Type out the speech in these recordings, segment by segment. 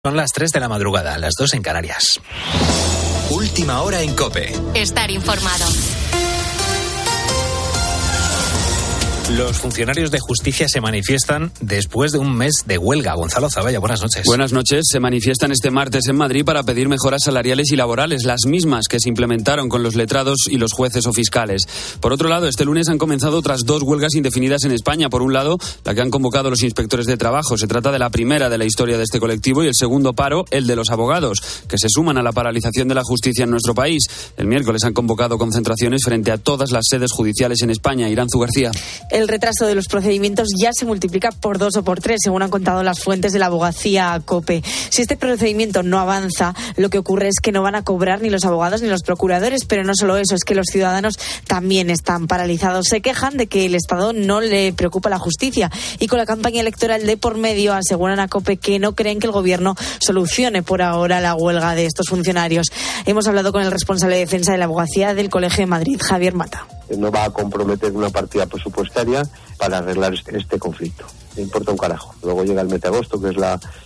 Son las 3 de la madrugada, las 2 en Canarias. Última hora en COPE. Estar informado. Los funcionarios de justicia se manifiestan después de un mes de huelga. Gonzalo Zavalla, buenas noches. Buenas noches. Se manifiestan este martes en Madrid para pedir mejoras salariales y laborales, las mismas que se implementaron con los letrados y los jueces o fiscales. Por otro lado, este lunes han comenzado otras 2 huelgas indefinidas en España. Por un lado, la que han convocado los inspectores de trabajo. Se trata de la primera de la historia de este colectivo, y el segundo paro, el de los abogados, que se suman a la paralización de la justicia en nuestro país. El miércoles han convocado concentraciones frente a todas las sedes judiciales en España. Iranzu García. El retraso de los procedimientos ya se multiplica por 2 o por 3, según han contado las fuentes de la abogacía COPE. Si este procedimiento no avanza, lo que ocurre es que no van a cobrar ni los abogados ni los procuradores, pero no solo eso, es que los ciudadanos también están paralizados. Se quejan de que el Estado no le preocupa la justicia, y con la campaña electoral de por medio aseguran a COPE que no creen que el gobierno solucione por ahora la huelga de estos funcionarios. Hemos hablado con el responsable de defensa de la abogacía del Colegio de Madrid, Javier Mata. No va a comprometer una partida presupuestaria para arreglar este conflicto. Le importa un carajo. Luego llega el mes de agosto, que es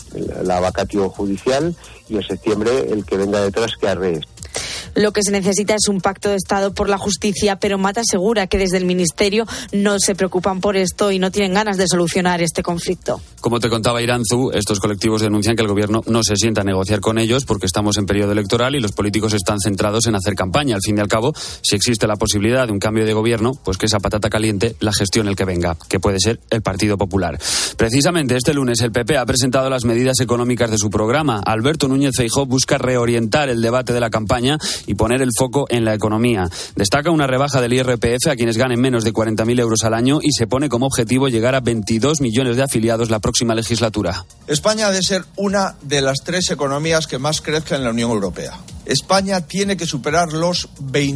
la vacatio judicial, y en septiembre el que venga detrás que arregle. Lo que se necesita es un pacto de Estado por la justicia, pero Mata asegura que desde el Ministerio no se preocupan por esto y no tienen ganas de solucionar este conflicto. Como te contaba Iranzu, estos colectivos denuncian que el gobierno no se sienta a negociar con ellos porque estamos en periodo electoral y los políticos están centrados en hacer campaña. Al fin y al cabo, si existe la posibilidad de un cambio de gobierno, pues que esa patata caliente la gestione el que venga, que puede ser el Partido Popular. Precisamente este lunes el PP ha presentado las medidas económicas de su programa. Alberto Núñez Feijóo busca reorientar el debate de la campaña y poner el foco en la economía. Destaca una rebaja del IRPF a quienes ganen menos de 40.000 euros al año y se pone como objetivo llegar a 22 millones de afiliados la próxima legislatura. España ha de ser una de las 3 economías que más crezca en la Unión Europea. España tiene que superar los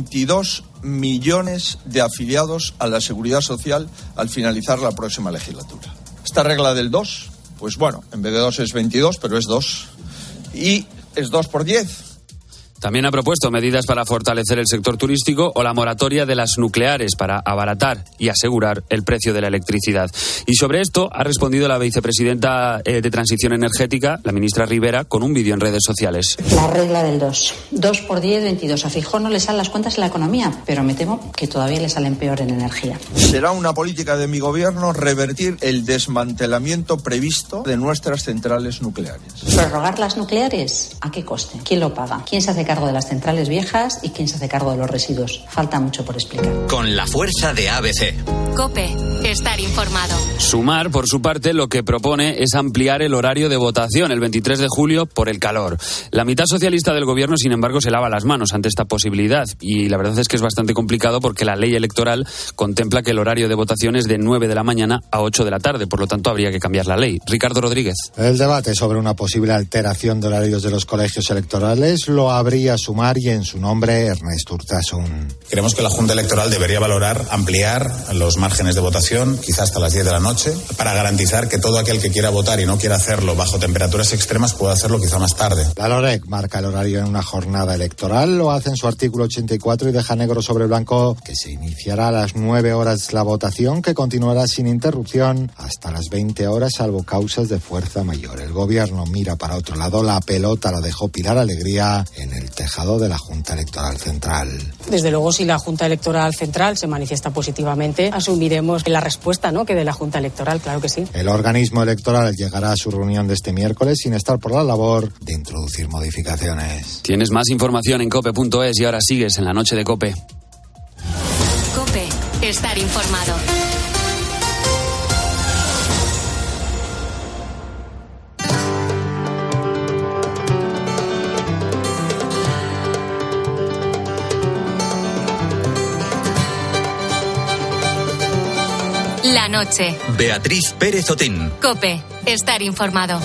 22 millones de afiliados a la Seguridad Social al finalizar la próxima legislatura. Esta regla del 2, pues bueno, en vez de 2 es 22, pero es 2. Y es 2 por 10. También ha propuesto medidas para fortalecer el sector turístico o la moratoria de las nucleares para abaratar y asegurar el precio de la electricidad. Y sobre esto ha respondido la vicepresidenta de Transición Energética, la ministra Rivera, con un vídeo en redes sociales. La regla del 2. 2 por 10, 22. A Feijóo no le salen las cuentas en la economía, pero me temo que todavía le salen peor en energía. Será una política de mi gobierno revertir el desmantelamiento previsto de nuestras centrales nucleares. ¿Prorrogar las nucleares? ¿A qué coste? ¿Quién lo paga? ¿Quién se hace cargo de las centrales viejas y quién se hace cargo de los residuos? Falta mucho por explicar. Con la fuerza de ABC. COPE. Estar informado. Sumar, por su parte, lo que propone es ampliar el horario de votación el 23 de julio por el calor. La mitad socialista del gobierno, sin embargo, se lava las manos ante esta posibilidad, y la verdad es que es bastante complicado porque la ley electoral contempla que el horario de votación es de 9 de la mañana a 8 de la tarde, por lo tanto habría que cambiar la ley. Ricardo Rodríguez. El debate sobre una posible alteración de horarios de los colegios electorales lo habría Sumar, y en su nombre Ernest Urtasun. Creemos que la Junta Electoral debería valorar ampliar los márgenes de votación, quizás hasta las 10 de la noche, para garantizar que todo aquel que quiera votar y no quiera hacerlo bajo temperaturas extremas pueda hacerlo quizá más tarde. La LOREC marca el horario en una jornada electoral, lo hace en su artículo 84 y deja negro sobre blanco que se iniciará a las 9 horas la votación, que continuará sin interrupción hasta las 20 horas, salvo causas de fuerza mayor. El gobierno mira para otro lado, la pelota la dejó Pilar Alegría en el tejado de la Junta Electoral Central. Desde luego, si la Junta Electoral Central se manifiesta positivamente, asumiremos la respuesta, ¿no?, que dé la Junta Electoral, claro que sí. El organismo electoral llegará a su reunión de este miércoles sin estar por la labor de introducir modificaciones. Tienes más información en cope.es y ahora sigues en la noche de COPE. COPE. Estar informado. La noche. Beatriz Pérez Otín. COPE. Estar informado.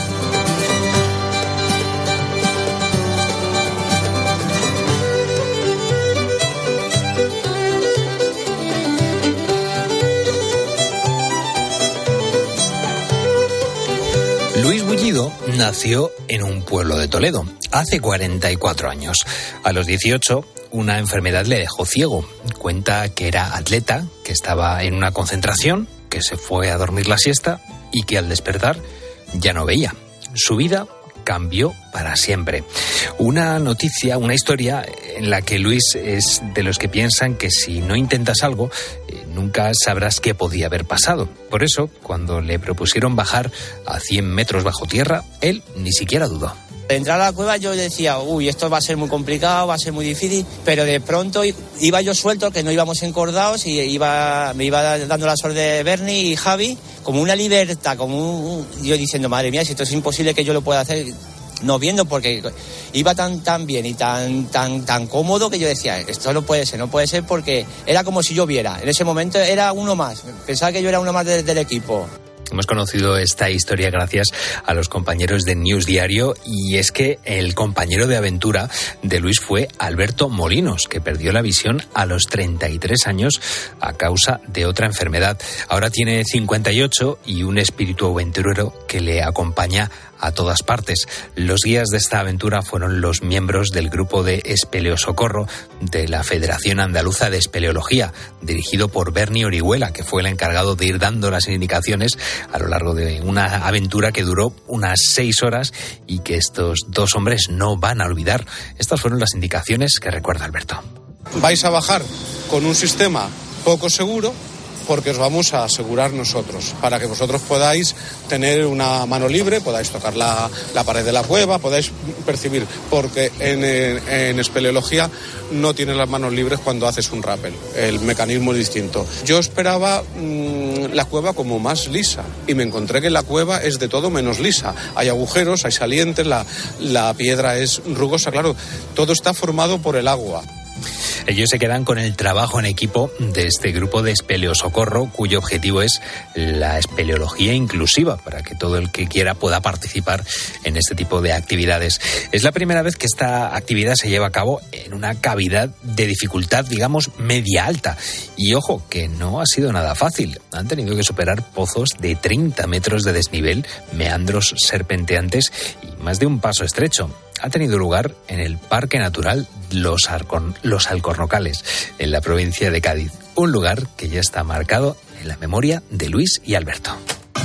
Luis Bullido nació en un pueblo de Toledo hace 44 años. A los 18, una enfermedad le dejó ciego. Cuenta que era atleta, que estaba en una concentración, que se fue a dormir la siesta y que al despertar ya no veía. Su vida cambió para siempre. Una noticia, una historia en la que Luis es de los que piensan que si no intentas algo, nunca sabrás qué podía haber pasado. Por eso, cuando le propusieron bajar a 100 metros bajo tierra, él ni siquiera dudó. De entrar a la cueva yo decía, esto va a ser muy complicado, va a ser muy difícil, pero de pronto iba yo suelto, que no íbamos encordados, y me iba dando las órdenes de Bernie y Javi, como una libertad, yo diciendo, madre mía, si esto es imposible que yo lo pueda hacer, no viendo, porque iba tan bien y tan cómodo que yo decía, esto no puede ser, porque era como si yo viera, en ese momento era uno más, pensaba que yo era uno más del equipo. Hemos conocido esta historia gracias a los compañeros de News Diario, y es que el compañero de aventura de Luis fue Alberto Molinos, que perdió la visión a los 33 años a causa de otra enfermedad. Ahora tiene 58 y un espíritu aventurero que le acompaña a todas partes. Los guías de esta aventura fueron los miembros del grupo de espeleosocorro de la Federación Andaluza de Espeleología, dirigido por Bernie Orihuela, que fue el encargado de ir dando las indicaciones a lo largo de una aventura que duró unas 6 horas y que estos dos hombres no van a olvidar. Estas fueron las indicaciones que recuerda Alberto. Vais a bajar con un sistema poco seguro, porque os vamos a asegurar nosotros, para que vosotros podáis tener una mano libre, podáis tocar la pared de la cueva, podáis percibir, porque en espeleología no tienes las manos libres cuando haces un rappel, el mecanismo es distinto. Yo esperaba la cueva como más lisa, y me encontré que la cueva es de todo menos lisa. Hay agujeros, hay salientes, la piedra es rugosa, claro, todo está formado por el agua. Ellos se quedan con el trabajo en equipo de este grupo de espeleosocorro, cuyo objetivo es la espeleología inclusiva, para que todo el que quiera pueda participar en este tipo de actividades. Es la primera vez que esta actividad se lleva a cabo en una cavidad de dificultad, digamos, media-alta. Y ojo, que no ha sido nada fácil. Han tenido que superar pozos de 30 metros de desnivel, meandros serpenteantes y más de un paso estrecho. Ha tenido lugar en el Parque Natural Los Alcornocales, en la provincia de Cádiz. Un lugar que ya está marcado en la memoria de Luis y Alberto.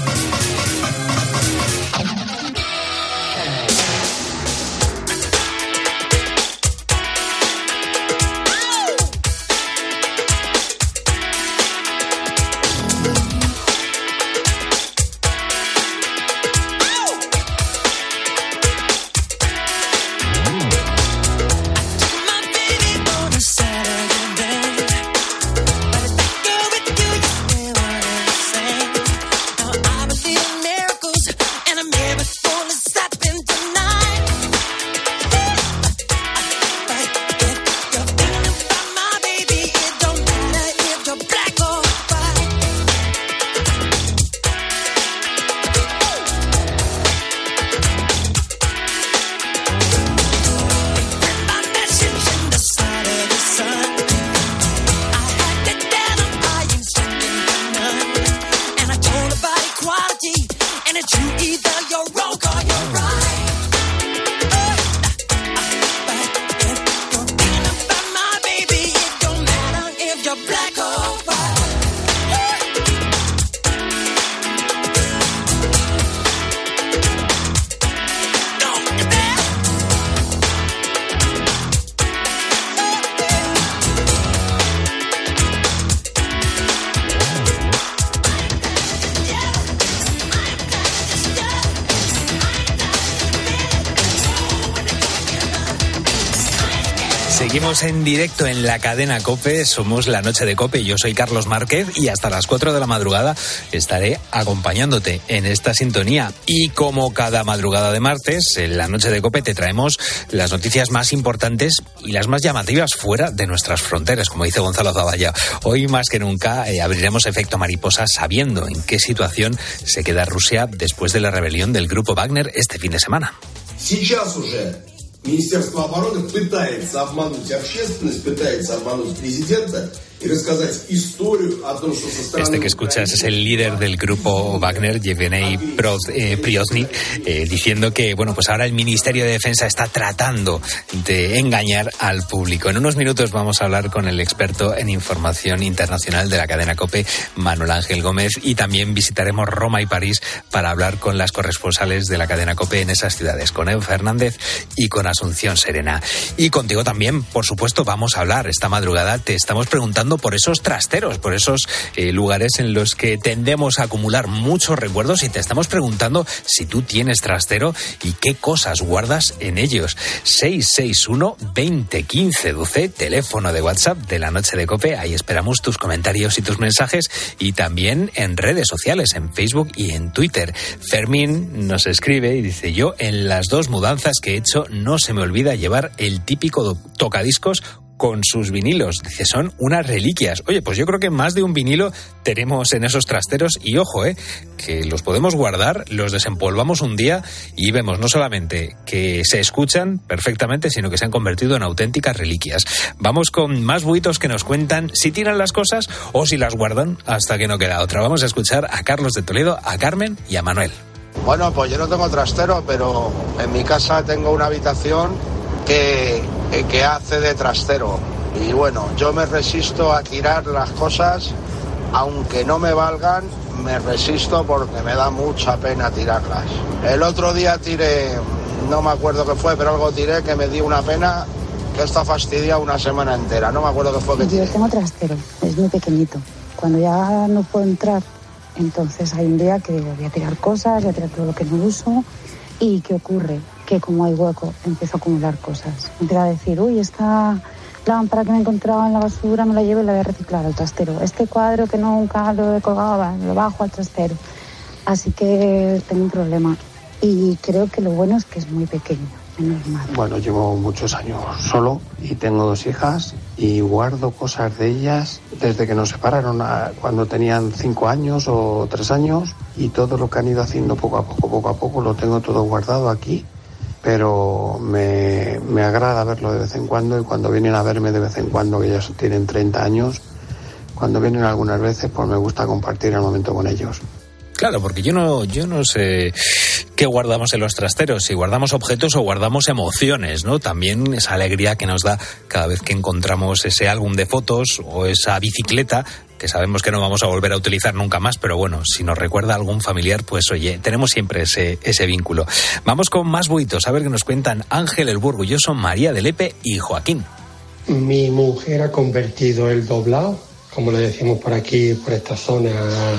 Seguimos en directo en la cadena COPE, somos La Noche de COPE, yo soy Carlos Márquez y hasta las 4 de la madrugada estaré acompañándote en esta sintonía. Y como cada madrugada de martes, en La Noche de COPE te traemos las noticias más importantes y las más llamativas fuera de nuestras fronteras, como dice Gonzalo Zavalla. Hoy más que nunca abriremos efecto mariposa sabiendo en qué situación se queda Rusia después de la rebelión del grupo Wagner este fin de semana. Министерство обороны пытается обмануть общественность, пытается обмануть президента Este que escuchas es el líder del grupo Wagner, Yevgeny Prigozhin, diciendo que, bueno, pues ahora el Ministerio de Defensa está tratando de engañar al público. En unos minutos vamos a hablar con el experto en información internacional de la cadena COPE, Manuel Ángel Gómez, y también visitaremos Roma y París para hablar con las corresponsales de la cadena COPE en esas ciudades, con Eva Fernández y con Asunción Serena. Y contigo también, por supuesto, vamos a hablar. Esta madrugada te estamos preguntando por esos trasteros, por esos lugares en los que tendemos a acumular muchos recuerdos, y te estamos preguntando si tú tienes trastero y qué cosas guardas en ellos. 661 20 15 12, teléfono de WhatsApp de la Noche de COPE. Ahí esperamos tus comentarios y tus mensajes, y también en redes sociales, en Facebook y en Twitter. Fermín nos escribe y dice: yo en las 2 mudanzas que he hecho no se me olvida llevar el típico tocadiscos con sus vinilos. Dice, son unas reliquias. Oye, pues yo creo que más de un vinilo tenemos en esos trasteros, y ojo, que los podemos guardar, los desempolvamos un día y vemos no solamente que se escuchan perfectamente, sino que se han convertido en auténticas reliquias. Vamos con más buitos que nos cuentan si tiran las cosas o si las guardan hasta que no queda otra. Vamos a escuchar a Carlos de Toledo, a Carmen y a Manuel. Bueno, pues yo no tengo trastero, pero en mi casa tengo una habitación que hace de trastero. Y bueno, yo me resisto a tirar las cosas, aunque no me valgan, me resisto porque me da mucha pena tirarlas. El otro día tiré, no me acuerdo qué fue, pero algo tiré que me dio una pena que está fastidiado una semana entera. No me acuerdo qué fue que tiré. Yo tengo trastero, es muy pequeñito. Cuando ya no puedo entrar, entonces hay un día que voy a tirar cosas, voy a tirar todo lo que no uso. ¿Y qué ocurre? Que como hay hueco, empiezo a acumular cosas. Empiezo a decir, uy, esta lámpara que me he encontrado en la basura me la llevo y la voy a reciclar al trastero. Este cuadro que nunca lo he colgado, lo bajo al trastero. Así que tengo un problema. Y creo que lo bueno es que es muy pequeño, menos mal. Bueno, llevo muchos años solo y tengo 2 hijas y guardo cosas de ellas desde que nos separaron, cuando tenían 5 años o 3 años, y todo lo que han ido haciendo poco a poco lo tengo todo guardado aquí, pero me agrada verlo de vez en cuando, y cuando vienen a verme de vez en cuando, que ya tienen 30 años, cuando vienen algunas veces, pues me gusta compartir el momento con ellos. Claro, porque yo no sé qué guardamos en los trasteros, si guardamos objetos o guardamos emociones, ¿no? También esa alegría que nos da cada vez que encontramos ese álbum de fotos o esa bicicleta que sabemos que no vamos a volver a utilizar nunca más, pero bueno, si nos recuerda a algún familiar, pues oye, tenemos siempre ese vínculo. Vamos con más buitos, a ver qué nos cuentan Ángel el Burgulloso, María de Lepe y Joaquín. Mi mujer ha convertido el doblado, como le decimos por aquí, por esta zona,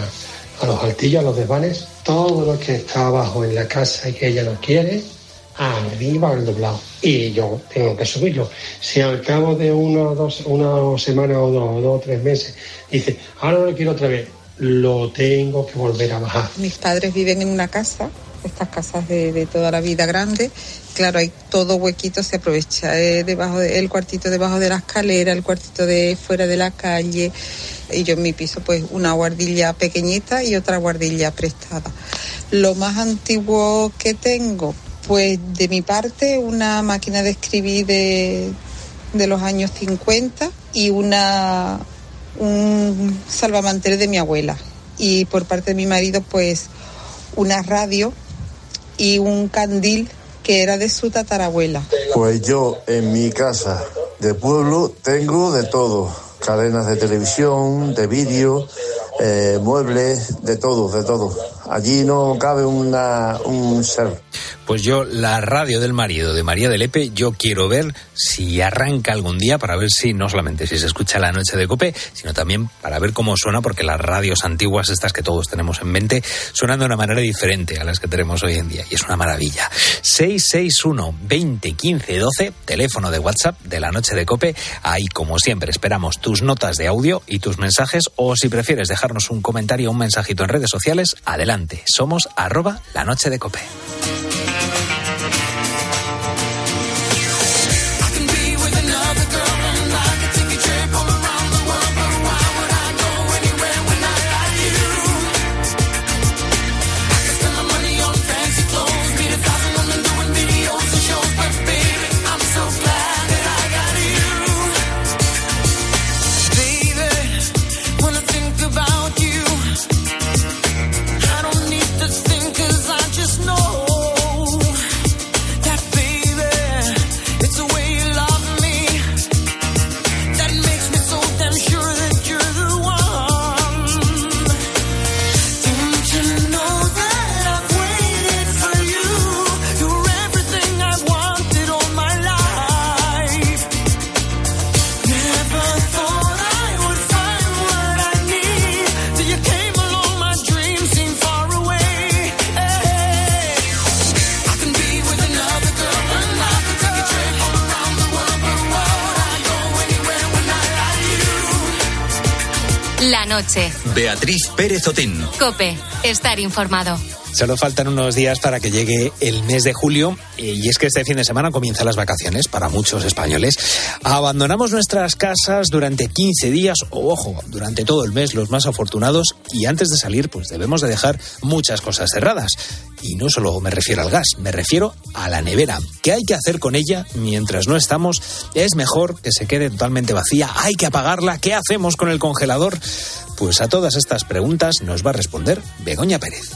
a los altillos, a los desvanes, todo lo que está abajo en la casa y que ella no quiere, arriba al doblado. Y yo tengo que subirlo. Si al cabo de una semana o 2 o 3 meses dice, ahora lo quiero otra vez, lo tengo que volver a bajar. Mis padres viven en una casa, estas casas de toda la vida grande. Claro, hay todo huequito, se aprovecha debajo el cuartito debajo de la escalera, el cuartito de fuera de la calle. Y yo en mi piso, pues una guardilla pequeñita y otra guardilla prestada. Lo más antiguo que tengo, pues de mi parte, una máquina de escribir de los años 50 y un salvamantel de mi abuela. Y por parte de mi marido, pues una radio y un candil que era de su tatarabuela. Pues yo en mi casa de pueblo tengo de todo. Cadenas de televisión, de vídeo, muebles, de todo. Allí no cabe un ser. Pues yo, la radio del marido de María de Lepe, yo quiero ver si arranca algún día, para ver si no solamente si se escucha la Noche de COPE, sino también para ver cómo suena, porque las radios antiguas, estas que todos tenemos en mente, suenan de una manera diferente a las que tenemos hoy en día, y es una maravilla. 661 20 15 12, teléfono de WhatsApp de la Noche de COPE. Ahí, como siempre, esperamos tus notas de audio y tus mensajes, o si prefieres dejarnos un comentario o un mensajito en redes sociales, adelante. Somos @LaNocheDeCope. Baby, La noche. Beatriz Pérez Otín. COPE. Estar informado. Solo faltan unos días para que llegue el mes de julio y es que este fin de semana comienzan las vacaciones para muchos españoles. Abandonamos nuestras casas durante 15 días o, ojo, durante todo el mes, los más afortunados, y antes de salir pues debemos de dejar muchas cosas cerradas. Y no solo me refiero al gas, me refiero a la nevera. ¿Qué hay que hacer con ella mientras no estamos? ¿Es mejor que se quede totalmente vacía? ¿Hay que apagarla? ¿Qué hacemos con el congelador? Pues a todas estas preguntas nos va a responder Begoña Pérez.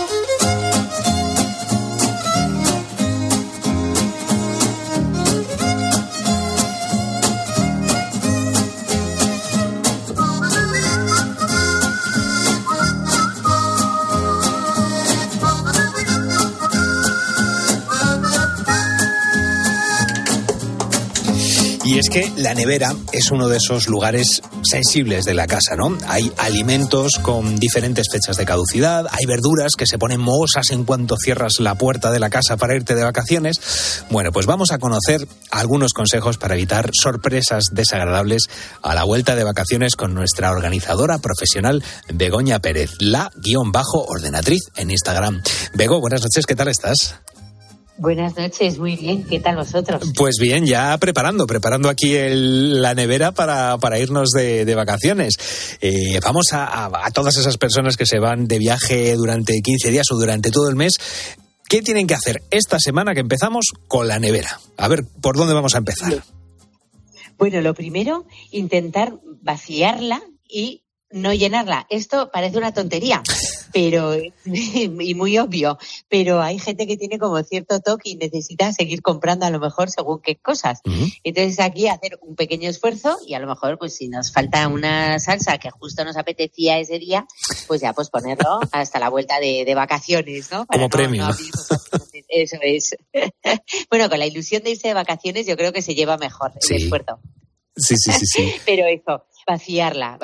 Y es que la nevera es uno de esos lugares sensibles de la casa, ¿no? Hay alimentos con diferentes fechas de caducidad, hay verduras que se ponen mohosas en cuanto cierras la puerta de la casa para irte de vacaciones. Bueno, pues vamos a conocer algunos consejos para evitar sorpresas desagradables a la vuelta de vacaciones con nuestra organizadora profesional Begoña Pérez, la_ordenatriz en Instagram. Bego, buenas noches, ¿qué tal estás? Buenas noches, muy bien. ¿Qué tal vosotros? Pues bien, ya preparando aquí la nevera para irnos de vacaciones. Vamos a todas esas personas que se van de viaje durante 15 días o durante todo el mes. ¿Qué tienen que hacer esta semana que empezamos con la nevera? A ver, ¿por dónde vamos a empezar? Bueno, lo primero, intentar vaciarla y no llenarla. Esto parece una tontería, pero y muy obvio, pero hay gente que tiene como cierto toque y necesita seguir comprando a lo mejor según qué cosas. Uh-huh. Entonces aquí hacer un pequeño esfuerzo y a lo mejor pues si nos falta una salsa que justo nos apetecía ese día, pues ya pues ponerlo hasta la vuelta de vacaciones, ¿no? Para como premio. Eso es. Bueno, con la ilusión de irse de vacaciones yo creo que se lleva mejor el esfuerzo. Sí. Pero eso, vaciarla,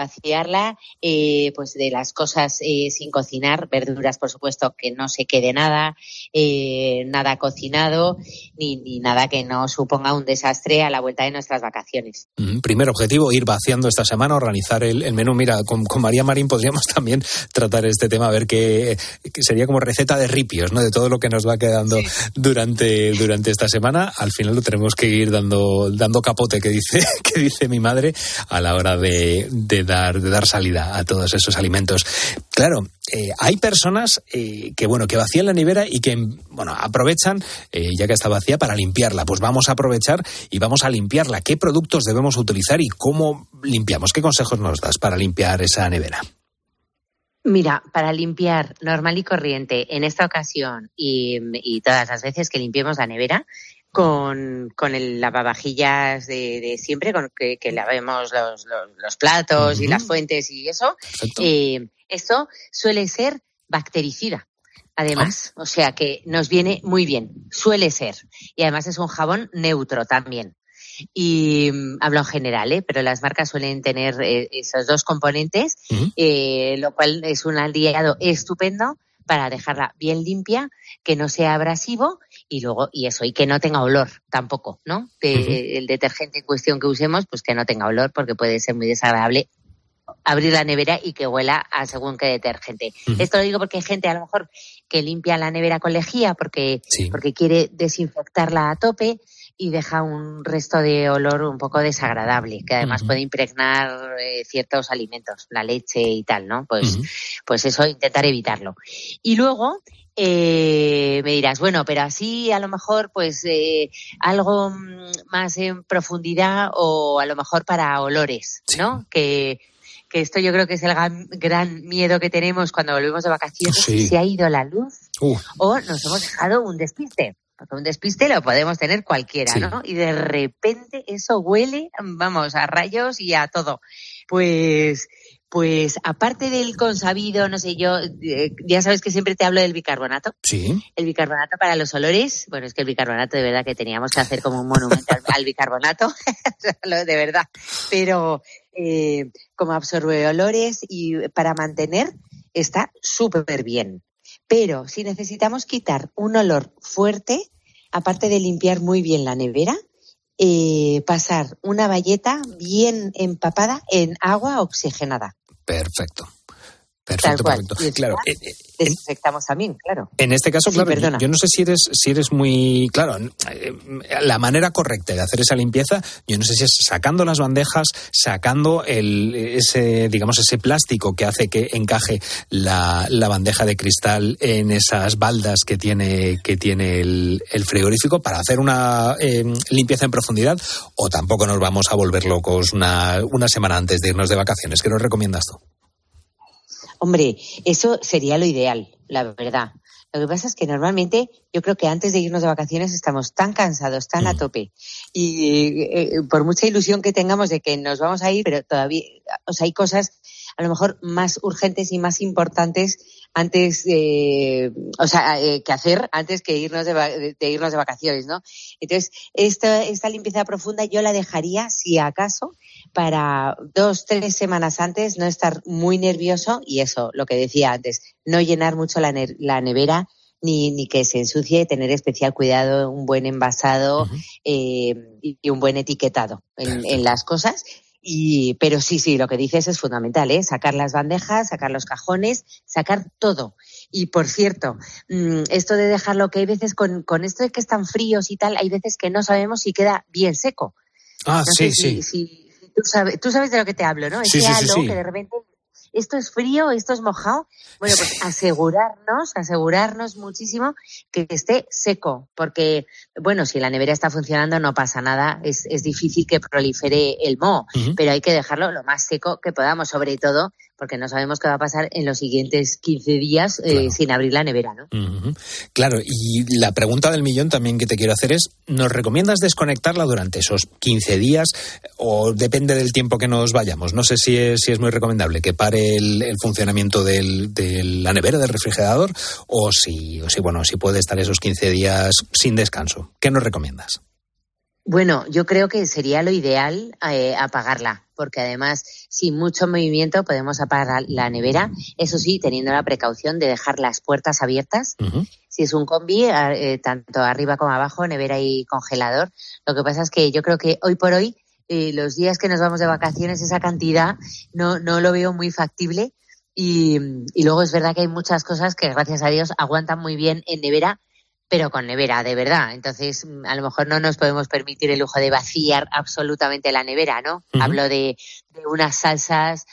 pues de las cosas sin cocinar, verduras por supuesto que no se quede nada cocinado, ni nada que no suponga un desastre a la vuelta de nuestras vacaciones. Primer objetivo, ir vaciando esta semana, organizar el menú. Mira, con María Marín podríamos también tratar este tema, a ver que sería como receta de ripios, ¿no? De todo lo que nos va quedando durante esta semana. Al final lo tenemos que ir dando capote, que dice mi madre, a la hora de dar salida a todos esos alimentos. Claro, hay personas que vacían la nevera y que aprovechan, ya que está vacía, para limpiarla. Pues vamos a aprovechar y vamos a limpiarla. ¿Qué productos debemos utilizar y cómo limpiamos? ¿Qué consejos nos das para limpiar esa nevera? Mira, para limpiar normal y corriente, en esta ocasión y todas las veces que limpiemos la nevera, con el lavavajillas de siempre, con que lavemos los platos y las fuentes y eso. Esto suele ser bactericida, además. O sea que nos viene muy bien, suele ser. Y además es un jabón neutro también. Y hablo en general, pero las marcas suelen tener esos dos componentes, lo cual es un aliado estupendo para dejarla bien limpia, que no sea abrasivo y que no tenga olor tampoco, ¿no? El detergente en cuestión que usemos, pues que no tenga olor, porque puede ser muy desagradable abrir la nevera y que huela a según qué detergente. Esto lo digo porque hay gente a lo mejor que limpia la nevera con lejía porque quiere desinfectarla a tope y deja un resto de olor un poco desagradable, que además puede impregnar ciertos alimentos, la leche y tal, ¿no? Pues eso, intentar evitarlo. Y luego me dirás, bueno, pero así a lo mejor pues algo más en profundidad o a lo mejor para olores, ¿no? Que esto yo creo que es el gran miedo que tenemos cuando volvemos de vacaciones, si se ha ido la luz o nos hemos dejado un despiste. Porque un despiste lo podemos tener cualquiera, ¿no? Y de repente eso huele, vamos, a rayos y a todo. Pues aparte del consabido, no sé yo, ya sabes que siempre te hablo del bicarbonato. Sí. El bicarbonato para los olores, bueno, es que el bicarbonato de verdad que teníamos que hacer como un monumento al bicarbonato, de verdad. Pero como absorbe olores y para mantener está súper bien. Pero si necesitamos quitar un olor fuerte, aparte de limpiar muy bien la nevera, pasar una bayeta bien empapada en agua oxigenada. Perfecto. Tal cual. Perfecto. Y Claro. desinfectamos también, claro. En este caso, Sí, claro, perdona. yo no sé si eres muy... Claro, la manera correcta de hacer esa limpieza, yo no sé si es sacando las bandejas, sacando ese plástico que hace que encaje la bandeja de cristal en esas baldas que tiene el frigorífico para hacer una limpieza en profundidad, o tampoco nos vamos a volver locos una semana antes de irnos de vacaciones. ¿Qué nos recomiendas tú? Hombre, eso sería lo ideal, la verdad. Lo que pasa es que normalmente yo creo que antes de irnos de vacaciones estamos tan cansados, tan a tope. Y por mucha ilusión que tengamos de que nos vamos a ir, pero todavía, hay cosas a lo mejor más urgentes y más importantes antes que hacer antes que irnos de irnos de vacaciones, ¿no? Entonces, esta limpieza profunda yo la dejaría, si acaso, para 2-3 semanas antes, no estar muy nervioso y eso, lo que decía antes, no llenar mucho la nevera ni que se ensucie, tener especial cuidado, un buen envasado y un buen etiquetado en las cosas. Pero sí, lo que dices es fundamental, ¿eh? Sacar las bandejas, sacar los cajones, sacar todo. Y por cierto, esto de dejarlo, que hay veces con esto de que están fríos y tal, hay veces que no sabemos si queda bien seco. Ah, no sí, sé si tú sabes de lo que te hablo, ¿no? Sí, ese halo sí. que de repente, esto es frío, esto es mojado. Bueno, pues asegurarnos muchísimo que esté seco, porque, bueno, si la nevera está funcionando no pasa nada, es difícil que prolifere el moho, pero hay que dejarlo lo más seco que podamos, sobre todo porque no sabemos qué va a pasar en los siguientes 15 días sin abrir la nevera, ¿no? Claro, y la pregunta del millón también que te quiero hacer es, ¿nos recomiendas desconectarla durante esos 15 días o depende del tiempo que nos vayamos? No sé si es muy recomendable que pare el funcionamiento de la nevera, del refrigerador, o si puede estar esos 15 días sin descanso. ¿Qué nos recomiendas? Bueno, yo creo que sería lo ideal apagarla, porque además, sin mucho movimiento, podemos apagar la nevera, eso sí, teniendo la precaución de dejar las puertas abiertas. Si es un combi, tanto arriba como abajo, nevera y congelador. Lo que pasa es que yo creo que hoy por hoy, los días que nos vamos de vacaciones, esa cantidad no lo veo muy factible. Y luego es verdad que hay muchas cosas que, gracias a Dios, aguantan muy bien en nevera, pero con nevera, de verdad. Entonces, a lo mejor no nos podemos permitir el lujo de vaciar absolutamente la nevera, ¿no? Hablo de unas salsas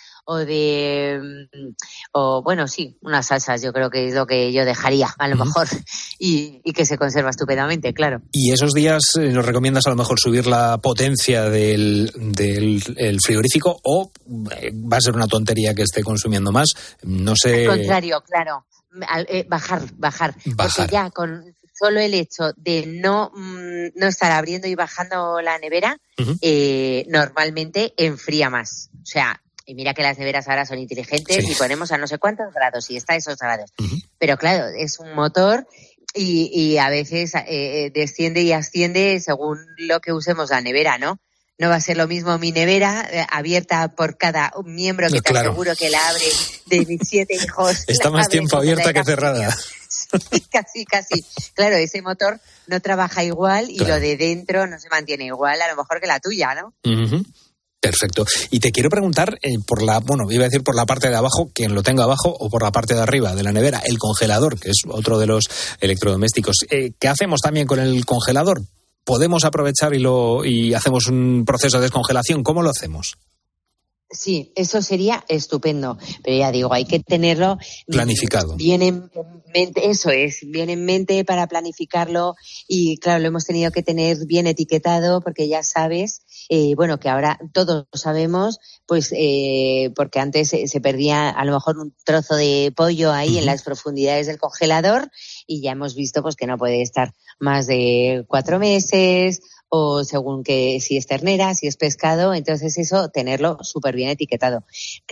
unas salsas, yo creo que es lo que yo dejaría, a lo mejor, y que se conserva estupendamente, claro. ¿Y esos días nos recomiendas a lo mejor subir la potencia del frigorífico o va a ser una tontería que esté consumiendo más? No sé. Al contrario, claro. Bajar. Porque ya con solo el hecho de no estar abriendo y bajando la nevera, normalmente enfría más. O sea, y mira que las neveras ahora son inteligentes y ponemos a no sé cuántos grados y está a esos grados. Pero claro, es un motor y a veces desciende y asciende según lo que usemos la nevera, ¿no? No va a ser lo mismo mi nevera abierta por cada miembro que te aseguro que la abre de mis 7 hijos. Está más tiempo abierta que cerrada. Sí, casi. Claro, ese motor no trabaja igual y lo de dentro no se mantiene igual, a lo mejor que la tuya, ¿no? Perfecto. Y te quiero preguntar iba a decir por la parte de abajo, quien lo tenga abajo, o por la parte de arriba de la nevera, el congelador, que es otro de los electrodomésticos. ¿Qué hacemos también con el congelador? ¿Podemos aprovechar y hacemos un proceso de descongelación? ¿Cómo lo hacemos? Sí, eso sería estupendo. Pero ya digo, hay que tenerlo planificado. Bien en mente, eso es, bien en mente para planificarlo. Y claro, lo hemos tenido que tener bien etiquetado porque ya sabes, que ahora todos sabemos, pues porque antes se perdía a lo mejor un trozo de pollo ahí en las profundidades del congelador y ya hemos visto pues que no puede estar más de 4 meses o según que si es ternera, si es pescado, entonces eso tenerlo súper bien etiquetado.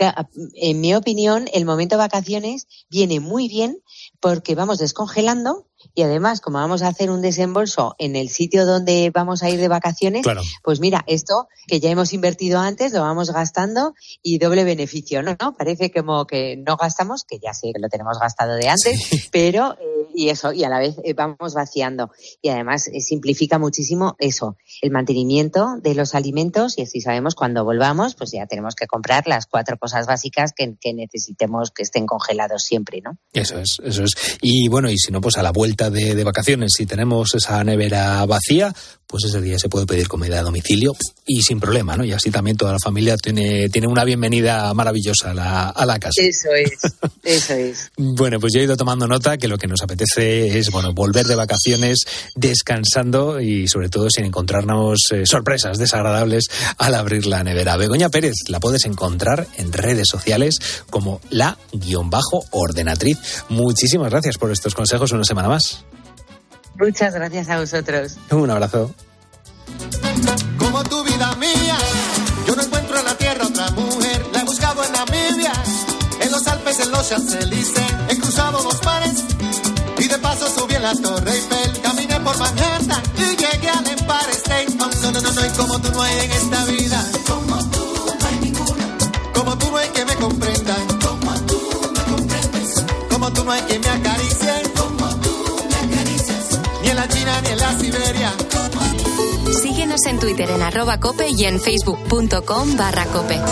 En mi opinión, el momento vacaciones viene muy bien porque vamos descongelando Y además, como vamos a hacer un desembolso en el sitio donde vamos a ir de vacaciones, claro, pues mira, esto que ya hemos invertido antes, lo vamos gastando y doble beneficio, ¿no? Parece como que no gastamos, que ya sé que lo tenemos gastado de antes, sí, pero y a la vez vamos vaciando. Y además simplifica muchísimo eso, el mantenimiento de los alimentos, y así sabemos cuando volvamos, pues ya tenemos que comprar las 4 cosas básicas que necesitemos que estén congelados siempre, ¿no? Eso es. Y bueno, y si no, pues a la vuelta de vacaciones, si tenemos esa nevera vacía, pues ese día se puede pedir comida a domicilio y sin problema, ¿no? Y así también toda la familia tiene una bienvenida maravillosa a la casa. Eso es. Bueno, pues yo he ido tomando nota que lo que nos apetece es, bueno, volver de vacaciones descansando y sobre todo sin encontrarnos sorpresas desagradables al abrir la nevera. Begoña Pérez la puedes encontrar en redes sociales como la_ordenatriz. Muchísimas gracias por estos consejos una semana más. Muchas gracias a vosotros. Un abrazo. Como tu vida mía, yo no encuentro en la tierra otra mujer. La he buscado en Namibia, en los Alpes, en los Champs-Élysées. He cruzado 2 mares y de paso subí en la Torre Eiffel. Caminé por Manhattan y llegué al Empire State. No, y como tú no hay en esta vida. Como tú no hay ninguna. Como tú no hay que me comprendan. Como tú me comprendes. Como tú no hay que me acaricien. Como tú me acaricias. Ni en la China ni en la Siberia. Síguenos en Twitter en @cope y en facebook.com/cope.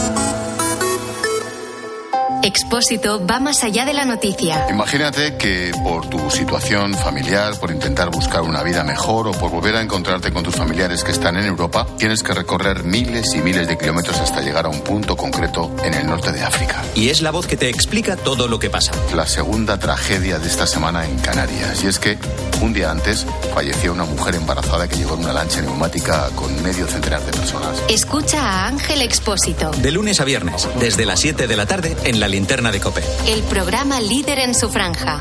Expósito va más allá de la noticia. Imagínate que por tu situación familiar, por intentar buscar una vida mejor o por volver a encontrarte con tus familiares que están en Europa, tienes que recorrer miles y miles de kilómetros hasta llegar a un punto concreto en el norte de África. Y es la voz que te explica todo lo que pasa. La segunda tragedia de esta semana en Canarias. Y es que un día antes falleció una mujer embarazada que llegó en una lancha neumática con medio centenar de personas. Escucha a Ángel Expósito. De lunes a viernes, desde las 7 de la tarde en la Linterna de COPE. El programa líder en su franja.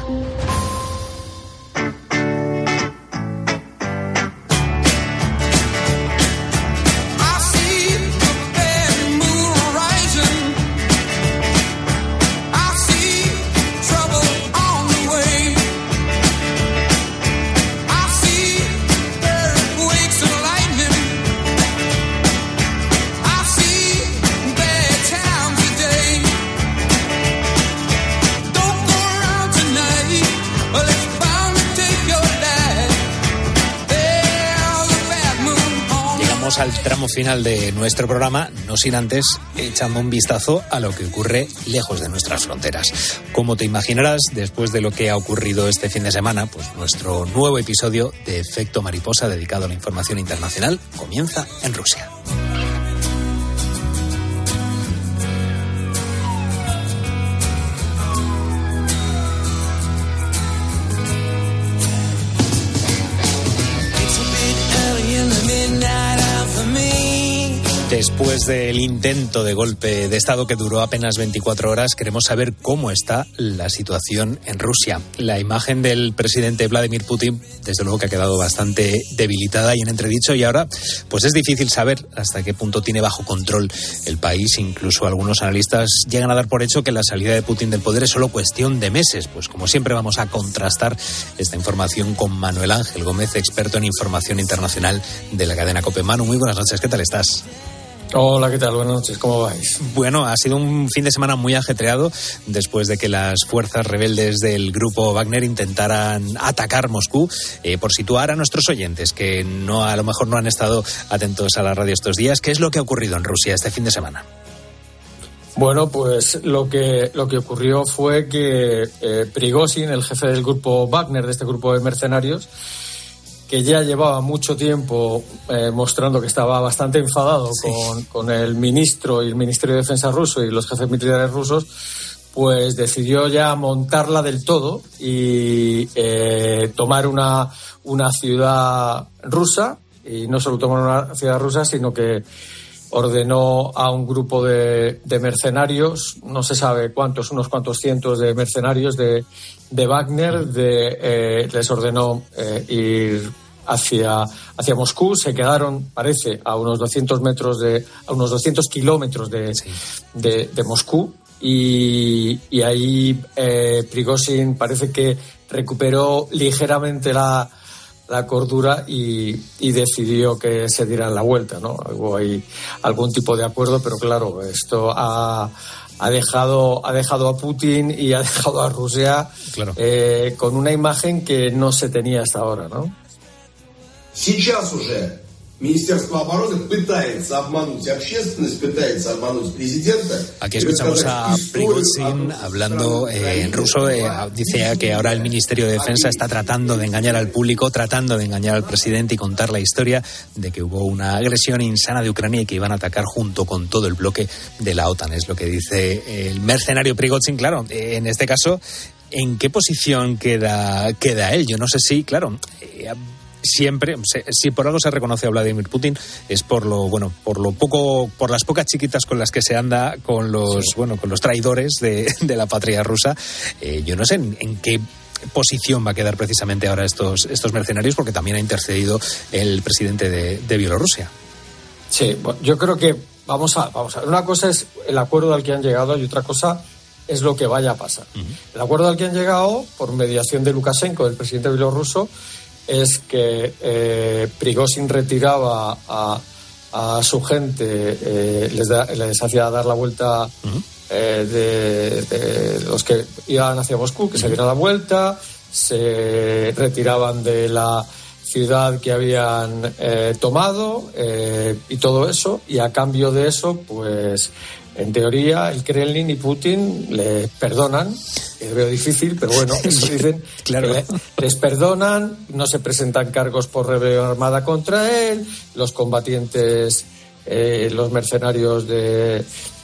Al tramo final de nuestro programa, no sin antes echando un vistazo a lo que ocurre lejos de nuestras fronteras. Como te imaginarás, después de lo que ha ocurrido este fin de semana, pues nuestro nuevo episodio de Efecto Mariposa dedicado a la información internacional comienza en Rusia. Después del intento de golpe de Estado que duró apenas 24 horas, queremos saber cómo está la situación en Rusia. La imagen del presidente Vladimir Putin, desde luego que ha quedado bastante debilitada y en entredicho, y ahora pues es difícil saber hasta qué punto tiene bajo control el país. Incluso algunos analistas llegan a dar por hecho que la salida de Putin del poder es solo cuestión de meses. Pues como siempre vamos a contrastar esta información con Manuel Ángel Gómez, experto en información internacional de la cadena COPE. Manu, muy buenas noches, ¿qué tal estás? Hola, ¿qué tal? Buenas noches, ¿cómo vais? Bueno, ha sido un fin de semana muy ajetreado después de que las fuerzas rebeldes del grupo Wagner intentaran atacar Moscú. Por situar a nuestros oyentes que a lo mejor no han estado atentos a la radio estos días, ¿qué es lo que ha ocurrido en Rusia este fin de semana? Bueno, pues lo que ocurrió fue que Prigozhin, el jefe del grupo Wagner, de este grupo de mercenarios, que ya llevaba mucho tiempo mostrando que estaba bastante enfadado con el ministro y el Ministerio de Defensa ruso y los jefes militares rusos, pues decidió ya montarla del todo y tomar una ciudad rusa. Y no solo tomar una ciudad rusa, sino que ordenó a un grupo de mercenarios, no se sabe cuántos, unos cuantos cientos de mercenarios de Wagner, les ordenó ir hacia Moscú. Se quedaron, parece, a unos 200 kilómetros de Moscú, y ahí Prigozhin parece que recuperó ligeramente la cordura y decidió que se dieran la vuelta, ¿no? Hubo ahí algún tipo de acuerdo, pero claro, esto ha dejado a Putin y ha dejado a Rusia con una imagen que no se tenía hasta ahora, ¿no? Сейчас уже Министерство обороны пытается обмануть общественность, пытается обмануть президента. Aquí escuchamos a Prigozhin hablando en ruso. Dice que ahora el Ministerio de Defensa está tratando de engañar al público, tratando de engañar al presidente y contar la historia de que hubo una agresión insana de Ucrania y que iban a atacar junto con todo el bloque de la OTAN. Es lo que dice el mercenario Prigozhin. Claro, en este caso, ¿en qué posición queda él? Yo no sé si, claro... Siempre, si por algo se reconoce a Vladimir Putin, es por las pocas chiquitas con las que se anda con los traidores de la patria rusa. Yo no sé en qué posición va a quedar precisamente ahora estos mercenarios, porque también ha intercedido el presidente de Bielorrusia. Sí, bueno, yo creo que vamos a ver. Una cosa es el acuerdo al que han llegado y otra cosa es lo que vaya a pasar. Uh-huh. El acuerdo al que han llegado, por mediación de Lukashenko, el presidente bielorruso, es que Prigozhin retiraba a su gente, les hacía dar la vuelta de los que iban hacia Moscú, que se dieran la vuelta, se retiraban de la ciudad que habían tomado y todo eso, y a cambio de eso, pues en teoría el Kremlin y Putin le perdonan, que veo difícil, pero bueno, eso dicen, claro. Les perdonan, no se presentan cargos por rebelión armada contra él, los combatientes, los mercenarios de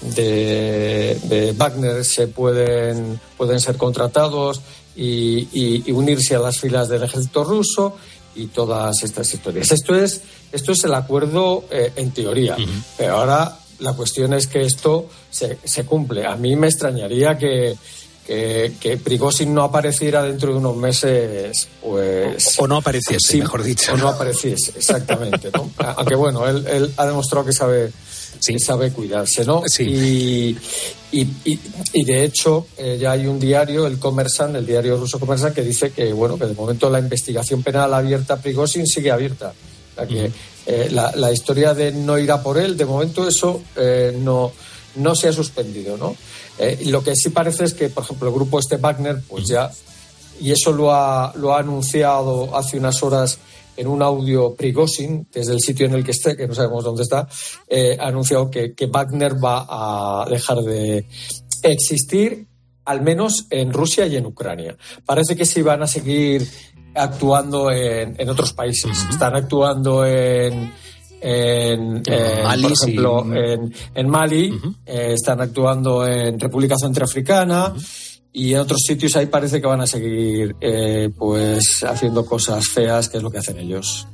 Wagner pueden ser contratados y unirse a las filas del ejército ruso y todas estas historias. Esto es el acuerdo en teoría, pero ahora la cuestión es que esto se cumple. A mí me extrañaría que Prigozhin no apareciera dentro de unos meses, pues... O no apareciese, sí, mejor dicho. O no apareciese, exactamente, ¿no? Aunque bueno, él ha demostrado que sabe cuidarse, ¿no? Sí. Y de hecho, ya hay un diario, el Kommersant, el diario ruso Kommersant, que dice que, bueno, que de momento la investigación penal abierta a Prigozhin sigue abierta. O sea que la historia de no ir a por él, de momento eso no se ha suspendido, ¿no? Y lo que sí parece es que, por ejemplo, el grupo Wagner, pues ya, y eso lo ha anunciado hace unas horas en un audio Prigozhin, desde el sitio en el que esté, que no sabemos dónde está, ha anunciado que Wagner va a dejar de existir, al menos en Rusia y en Ucrania. Parece que sí van a seguir actuando en otros países. Están actuando en Mali, por ejemplo, en Mali, están actuando en República Centroafricana y en otros sitios ahí parece que van a seguir pues haciendo cosas feas, que es lo que hacen ellos.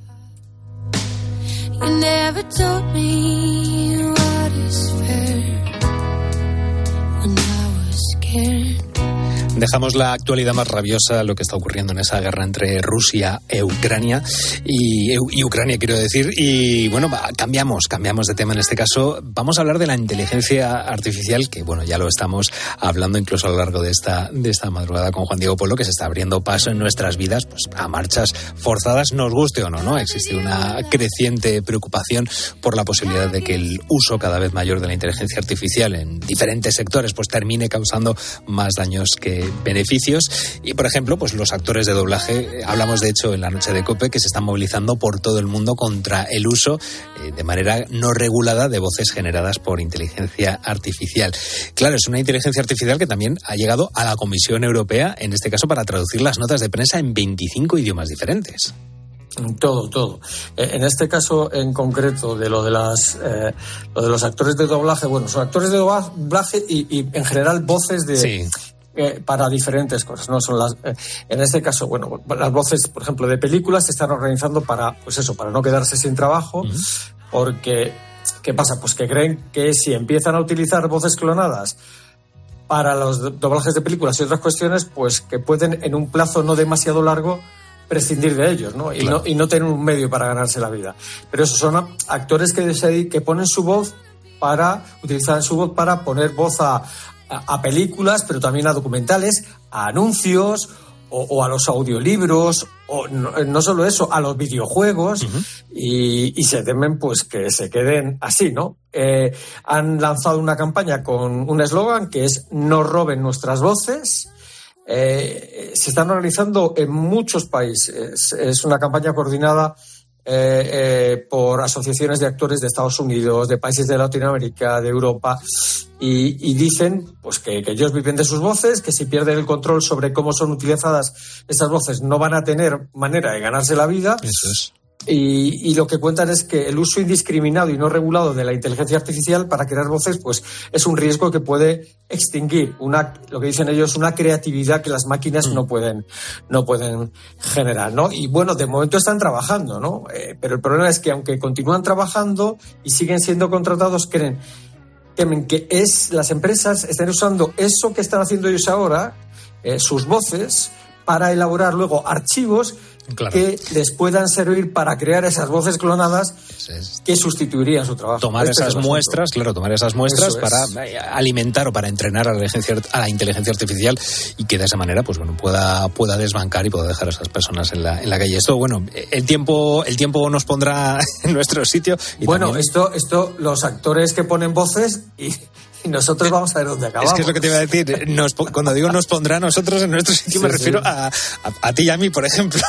You never told me what is fair when I was scared. Dejamos la actualidad más rabiosa, lo que está ocurriendo en esa guerra entre Rusia e Ucrania y Ucrania, quiero decir. Y bueno, cambiamos de tema en este caso. Vamos a hablar de la inteligencia artificial, que bueno, ya lo estamos hablando incluso a lo largo de esta madrugada con Juan Diego Polo, que se está abriendo paso en nuestras vidas, pues a marchas forzadas, nos guste o no, ¿no? Existe una creciente preocupación por la posibilidad de que el uso cada vez mayor de la inteligencia artificial en diferentes sectores pues termine causando más daños que beneficios. Y por ejemplo, pues los actores de doblaje, hablamos de hecho en la noche de COPE, que se están movilizando por todo el mundo contra el uso de manera no regulada de voces generadas por inteligencia artificial. Claro, es una inteligencia artificial que también ha llegado a la Comisión Europea, en este caso para traducir las notas de prensa en 25 idiomas diferentes. Todo. En este caso en concreto de lo de los actores de doblaje, bueno, son actores de doblaje y en general voces de... Sí. Para diferentes cosas, ¿no? Son en este caso, bueno, las voces, por ejemplo, de películas se están organizando para no quedarse sin trabajo, porque, ¿qué pasa? Pues que creen que si empiezan a utilizar voces clonadas para los doblajes de películas y otras cuestiones, pues que pueden en un plazo no demasiado largo prescindir de ellos, ¿no? Claro. Y no tener un medio para ganarse la vida. Pero esos son actores que ponen su voz utilizan su voz para poner voz a a películas, pero también a documentales, a anuncios o a los audiolibros, o no solo eso, a los videojuegos, y se temen pues que se queden así, ¿no? Han lanzado una campaña con un eslogan que es "No roben nuestras voces". Se están organizando en muchos países. Es una campaña coordinada por asociaciones de actores de Estados Unidos, de países de Latinoamérica, de Europa, y dicen pues que ellos viven de sus voces, que si pierden el control sobre cómo son utilizadas esas voces no van a tener manera de ganarse la vida. Eso es. Y lo que cuentan es que el uso indiscriminado y no regulado de la inteligencia artificial para crear voces pues es un riesgo que puede extinguir lo que dicen ellos, una creatividad que las máquinas no pueden generar, ¿no? Y bueno, de momento están trabajando, ¿no? Pero el problema es que aunque continúan trabajando y siguen siendo contratados, temen que las empresas estén usando eso que están haciendo ellos ahora, sus voces, para elaborar luego archivos que les puedan servir para crear esas voces clonadas que sustituirían su trabajo. Tomar esas muestras para alimentar o para entrenar a la inteligencia artificial, y que de esa manera pues bueno pueda desbancar y pueda dejar a esas personas en la calle. Esto, bueno, el tiempo nos pondrá en nuestro sitio. Y bueno, también... esto los actores que ponen voces y nosotros vamos a ver dónde acabamos. Es que es lo que te iba a decir. Cuando digo nos pondrá a nosotros en nuestro sitio, me refiero a ti y a mí, por ejemplo.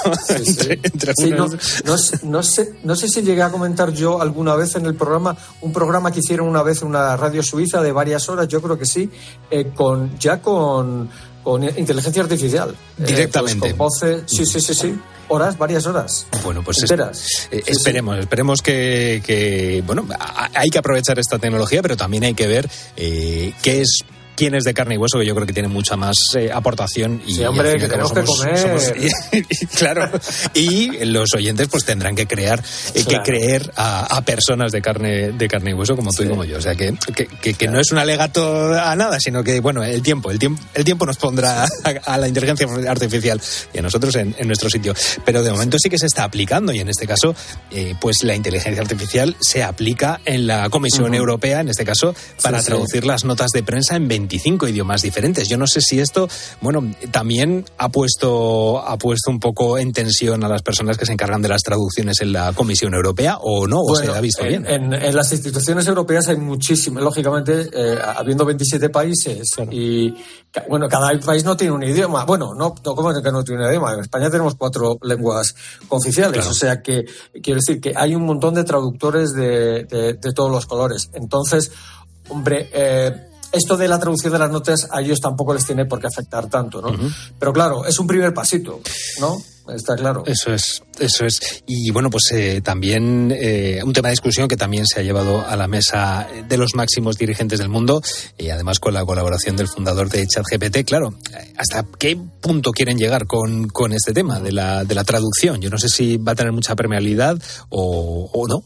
No sé si llegué a comentar yo alguna vez en el programa, un programa que hicieron una vez en una radio suiza de varias horas, yo creo que sí, con inteligencia artificial. Directamente. Pues con voces, sí. Varias horas. Bueno, pues enteras. Esperemos que bueno, hay que aprovechar esta tecnología, pero también hay que ver quién es de carne y hueso, que yo creo que tiene mucha más aportación. Y, sí, hombre, que tenemos que comer. Claro, y los oyentes pues tendrán que creer a personas de carne y hueso como tú y como yo. O sea, que no es un alegato a nada, sino que, bueno, el tiempo nos pondrá a la inteligencia artificial y a nosotros en nuestro sitio. Pero de momento sí que se está aplicando, y en este caso, pues la inteligencia artificial se aplica en la Comisión Europea, en este caso, para traducir las notas de prensa en 25 idiomas diferentes. Yo no sé si esto, bueno, también ha puesto un poco en tensión a las personas que se encargan de las traducciones en la Comisión Europea, o no, o se ha visto bien. En las instituciones europeas hay muchísimas, lógicamente, habiendo 27 países, claro. Y bueno, cada país no tiene un idioma. Bueno, no como que no tiene un idioma. En España tenemos 4 lenguas oficiales, claro. O sea que quiero decir que hay un montón de traductores de todos los colores. Entonces, hombre, esto de la traducción de las notas a ellos tampoco les tiene por qué afectar tanto, ¿no? Pero claro, es un primer pasito, ¿no? Está claro. Eso es. Y bueno, pues también un tema de discusión que también se ha llevado a la mesa de los máximos dirigentes del mundo, y además con la colaboración del fundador de ChatGPT. Claro, ¿hasta qué punto quieren llegar con este tema de la traducción? Yo no sé si va a tener mucha permeabilidad o no.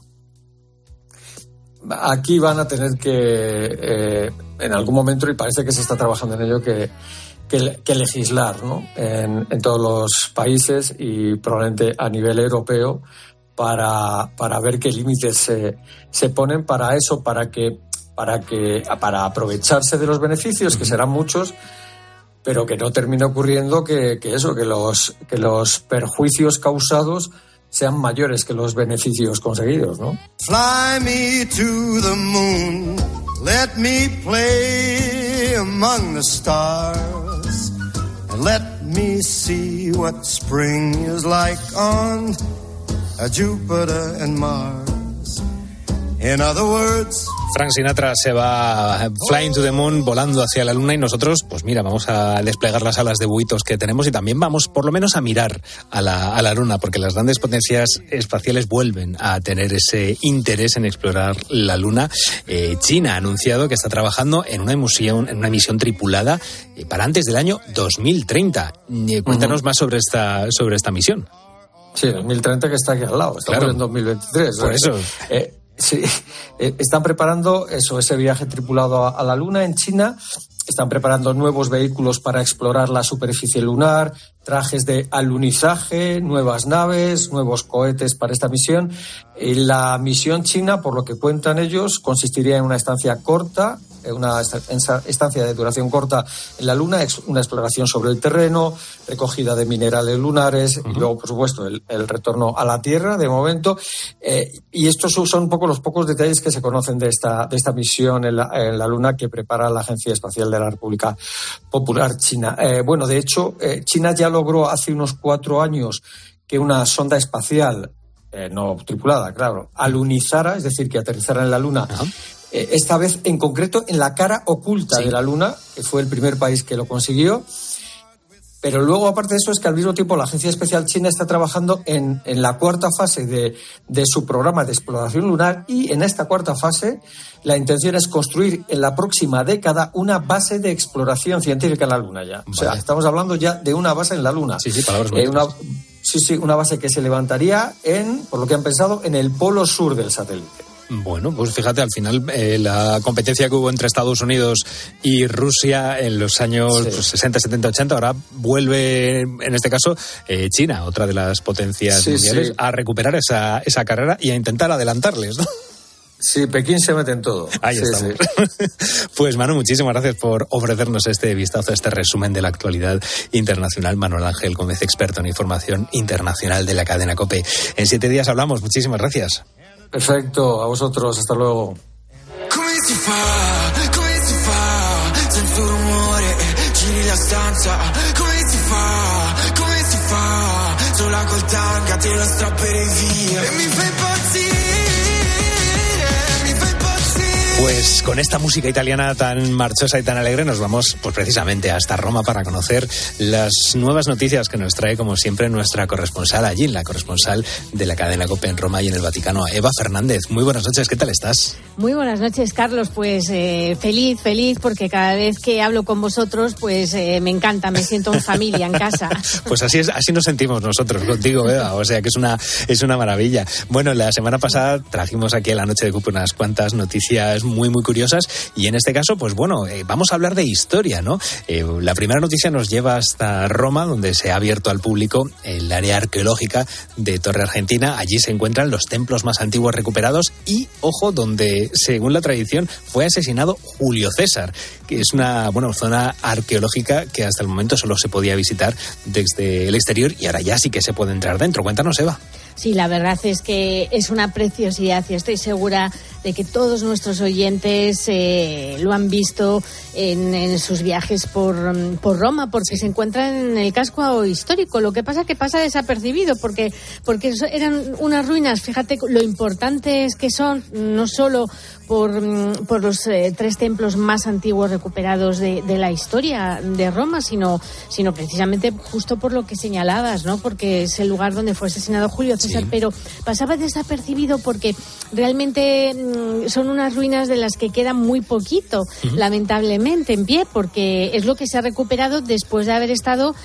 Aquí van a tener que, en algún momento, y parece que se está trabajando en ello, que legislar, ¿no? En todos los países y probablemente a nivel europeo para ver qué límites se ponen para eso, para aprovecharse de los beneficios, que serán muchos, pero que no termine ocurriendo que los perjuicios causados sean mayores que los beneficios conseguidos, ¿no? Fly me to the moon, let me play among the stars, and let me see what spring is like on Jupiter and Mars. In other words, Frank Sinatra se va flying to the moon, volando hacia la luna, y nosotros, pues mira, vamos a desplegar las alas de buitos que tenemos y también vamos por lo menos a mirar a la luna, porque las grandes potencias espaciales vuelven a tener ese interés en explorar la luna. China ha anunciado que está trabajando en una misión tripulada para antes del año 2030. Cuéntanos más sobre esta misión. Sí, 2030, que está aquí al lado, estamos en 2023. Por eso. Sí, están preparando ese viaje tripulado a la Luna en China. Están preparando nuevos vehículos para explorar la superficie lunar, trajes de alunizaje, nuevas naves, nuevos cohetes para esta misión. La misión china, por lo que cuentan ellos, consistiría en una estancia corta, una estancia de duración corta en la Luna, una exploración sobre el terreno, recogida de minerales lunares, y luego, por supuesto, el retorno a la Tierra, de momento. Y estos son un poco los pocos detalles que se conocen de esta misión en la Luna que prepara la Agencia Espacial de la República Popular China. Bueno, de hecho, China ya logró hace unos 4 años que una sonda espacial, no tripulada, claro, alunizara, es decir, que aterrizara en la Luna. Esta vez, en concreto, en la cara oculta de la Luna, que fue el primer país que lo consiguió. Pero luego, aparte de eso, es que al mismo tiempo la Agencia Espacial China está trabajando en la cuarta fase de su programa de exploración lunar, y en esta cuarta fase la intención es construir en la próxima década una base de exploración científica en la Luna ya. Vale. O sea, estamos hablando ya de una base en la Luna. Sí, palabras bonitas. Una base que se levantaría por lo que han pensado, en el polo sur del satélite. Bueno, pues fíjate, al final la competencia que hubo entre Estados Unidos y Rusia en los años 60, 70, 80, ahora vuelve, en este caso, China, otra de las potencias mundiales, a recuperar esa carrera y a intentar adelantarles, ¿no? Sí, Pekín se mete en todo. Ahí estamos. Sí. Pues Manu, muchísimas gracias por ofrecernos este vistazo, este resumen de la actualidad internacional. Manuel Ángel Gómez, experto en información internacional de la cadena COPE. En 7 días hablamos. Muchísimas gracias. Perfecto, a vosotros, hasta luego. Come si fa, senza un rumore, giri la stanza, come si fa, sola col tanga te lo strapperei via, e mi fai impazzire. Pues con esta música italiana tan marchosa y tan alegre nos vamos pues precisamente hasta Roma para conocer las nuevas noticias que nos trae, como siempre, nuestra corresponsal allí, la corresponsal de la cadena COPE en Roma y en el Vaticano, Eva Fernández. Muy buenas noches, ¿qué tal estás? Muy buenas noches, Carlos. Pues feliz, porque cada vez que hablo con vosotros, pues me encanta, me siento en familia, en casa. Pues así nos sentimos nosotros contigo, Eva, o sea que es una maravilla. Bueno, la semana pasada trajimos aquí a la noche de COPE unas cuantas noticias muy, muy curiosas, y en este caso, pues bueno, vamos a hablar de historia, ¿no? La primera noticia nos lleva hasta Roma, donde se ha abierto al público el área arqueológica de Torre Argentina. Allí se encuentran los templos más antiguos recuperados y, ojo, donde, según la tradición, fue asesinado Julio César, que es una zona arqueológica que hasta el momento solo se podía visitar desde el exterior, y ahora ya sí que se puede entrar dentro. Cuéntanos, Eva. Sí, la verdad es que es una preciosidad, y estoy segura de que todos nuestros oyentes lo han visto en sus viajes por Roma, porque se encuentran en el casco histórico. Lo que pasa desapercibido, porque eran unas ruinas, fíjate lo importantes que son, no solo por los 3 templos más antiguos recuperados de la historia de Roma, sino precisamente justo por lo que señalabas, ¿no? Porque es el lugar donde fue asesinado Julio César, sí. Pero pasaba desapercibido porque realmente son unas ruinas de las que queda muy poquito, lamentablemente, en pie, porque es lo que se ha recuperado después de haber estado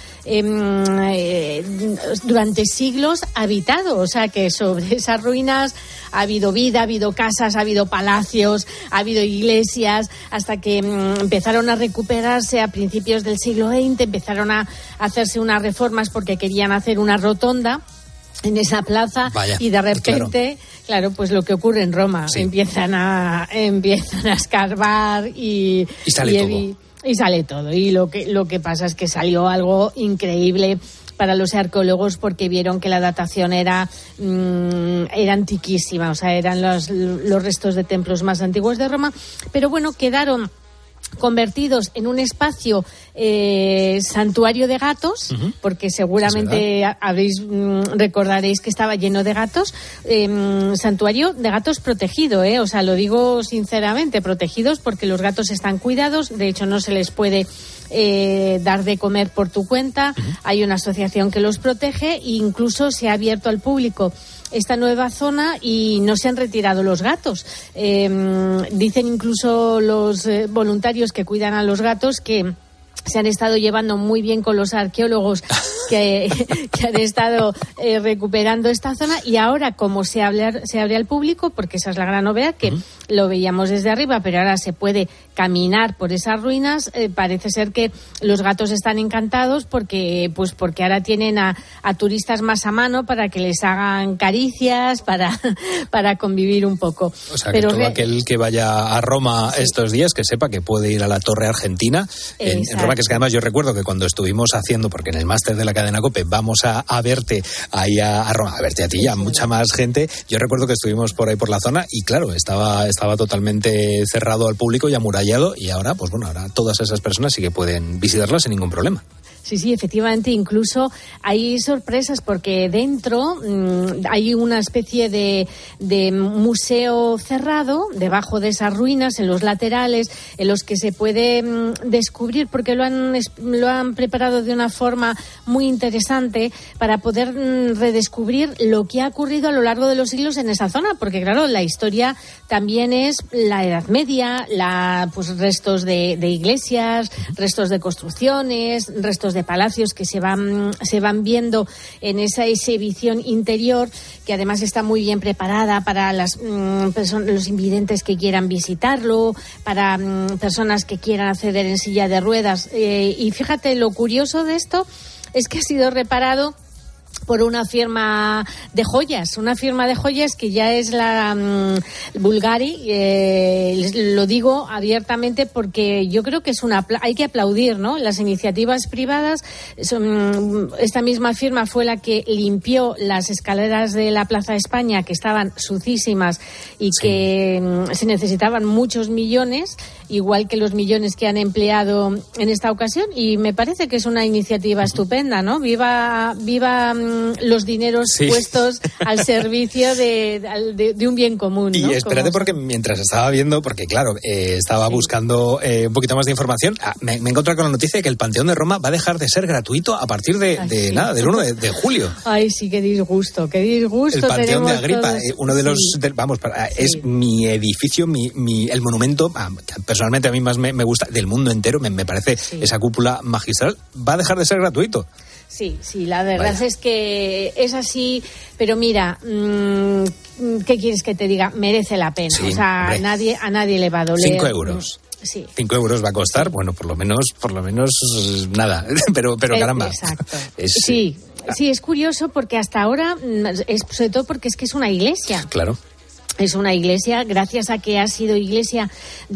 durante siglos habitado. O sea que sobre esas ruinas ha habido vida, ha habido casas, ha habido palacios, ha habido iglesias, hasta que empezaron a recuperarse a principios del siglo XX, empezaron a hacerse unas reformas porque querían hacer una rotonda en esa plaza. Vaya, y de repente, claro, pues lo que ocurre en Roma, sí. empiezan a escarbar y sale todo. Y sale todo. Y lo que pasa es que salió algo increíble para los arqueólogos, porque vieron que la datación era antiquísima, o sea, eran los restos de templos más antiguos de Roma, pero bueno, quedaron convertidos en un espacio santuario de gatos, porque seguramente recordaréis que estaba lleno de gatos, santuario de gatos protegido, o sea, lo digo sinceramente, protegidos, porque los gatos están cuidados, de hecho no se les puede dar de comer por tu cuenta, hay una asociación que los protege, e incluso se ha abierto al público esta nueva zona y no se han retirado los gatos. Dicen incluso los voluntarios que cuidan a los gatos que se han estado llevando muy bien con los arqueólogos que han estado recuperando esta zona, y ahora, como se abre al público, porque esa es la gran novedad, que lo veíamos desde arriba, pero ahora se puede caminar por esas ruinas, parece ser que los gatos están encantados porque ahora tienen a turistas más a mano para que les hagan caricias, para convivir un poco. O sea, que todo aquel que vaya a Roma estos días, que sepa que puede ir a la Torre Argentina en Roma, que es que además yo recuerdo que cuando estuvimos haciendo, porque en el máster de la cadena COPE vamos a verte ahí a Roma, a verte a ti y a mucha más gente, yo recuerdo que estuvimos por ahí por la zona y claro, estaba totalmente cerrado al público y amurallado, y ahora, pues bueno, ahora todas esas personas sí que pueden visitarlas sin ningún problema. Sí, efectivamente, incluso hay sorpresas porque dentro hay una especie de museo cerrado debajo de esas ruinas, en los laterales, en los que se puede descubrir, porque lo han preparado de una forma muy interesante para poder redescubrir lo que ha ocurrido a lo largo de los siglos en esa zona, porque claro, la historia también es la Edad Media, pues restos de iglesias, restos de construcciones, restos de palacios que se van viendo en esa exhibición interior, que además está muy bien preparada para los invidentes que quieran visitarlo, para personas que quieran acceder en silla de ruedas. Y fíjate, lo curioso de esto es que ha sido reparado por una firma de joyas que ya es la Bulgari. Lo digo abiertamente porque yo creo que hay que aplaudir, ¿no?, las iniciativas privadas. Esta misma firma fue la que limpió las escaleras de la Plaza de España, que estaban sucísimas y que se necesitaban muchos millones, igual que los millones que han empleado en esta ocasión, y me parece que es una iniciativa estupenda, ¿no? Viva los dineros puestos al servicio de un bien común, ¿no? Y espérate, porque mientras estaba viendo, porque claro, estaba buscando un poquito más de información, me he encontrado con la noticia de que el Panteón de Roma va a dejar de ser gratuito a partir del 1 de julio. Ay, sí, qué disgusto. El Panteón de Agripa, uno de los, es mi edificio, el monumento, personalmente a mí más me gusta del mundo entero, me parece esa cúpula magistral, va a dejar de ser gratuito. Sí, la verdad es que es así, pero mira, ¿qué quieres que te diga? Merece la pena, o sea, a nadie le va a doler. 5 euros. Sí. 5 euros va a costar, bueno, por lo menos nada, pero caramba. Exacto. Sí, es curioso porque hasta ahora, sobre todo porque es que es una iglesia. Claro. Es una iglesia, gracias a que ha sido iglesia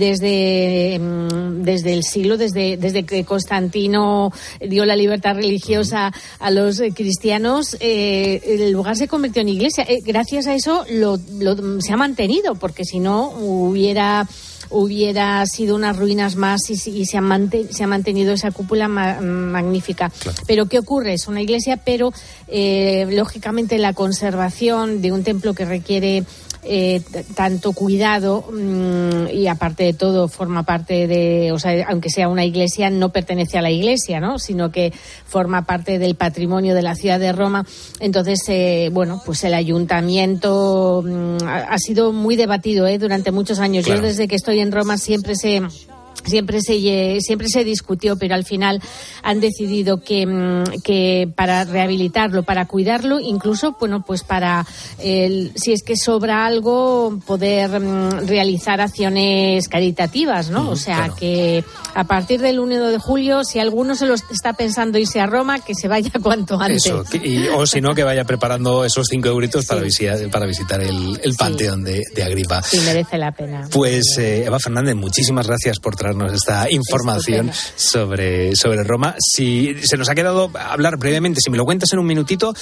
desde el siglo, desde que Constantino dio la libertad religiosa a los cristianos, el lugar se convirtió en iglesia. Gracias a eso se ha mantenido, porque si no hubiera sido unas ruinas más y se ha mantenido esa cúpula magnífica. Claro. Pero ¿qué ocurre? Es una iglesia, pero lógicamente la conservación de un templo que requiere tanto cuidado y aparte de todo forma parte o sea, aunque sea una iglesia, no pertenece a la iglesia, ¿no?, sino que forma parte del patrimonio de la ciudad de Roma. Entonces, pues el ayuntamiento ha sido muy debatido durante muchos años. Claro. Yo desde que estoy en Roma siempre se discutió, pero al final han decidido que para rehabilitarlo, para cuidarlo, incluso, pues para, si es que sobra algo, poder realizar acciones caritativas, ¿no? O sea, claro, que a partir del 1 de julio, si alguno se lo está pensando irse a Roma, que se vaya cuanto antes. Eso, o si no, que vaya preparando esos 5 euritos para visitar el Panteón de Agripa. Sí, merece la pena. Pues Eva Fernández, muchísimas gracias por traernos esta información sobre Roma. Si se nos ha quedado hablar brevemente, si me lo cuentas en un minutito,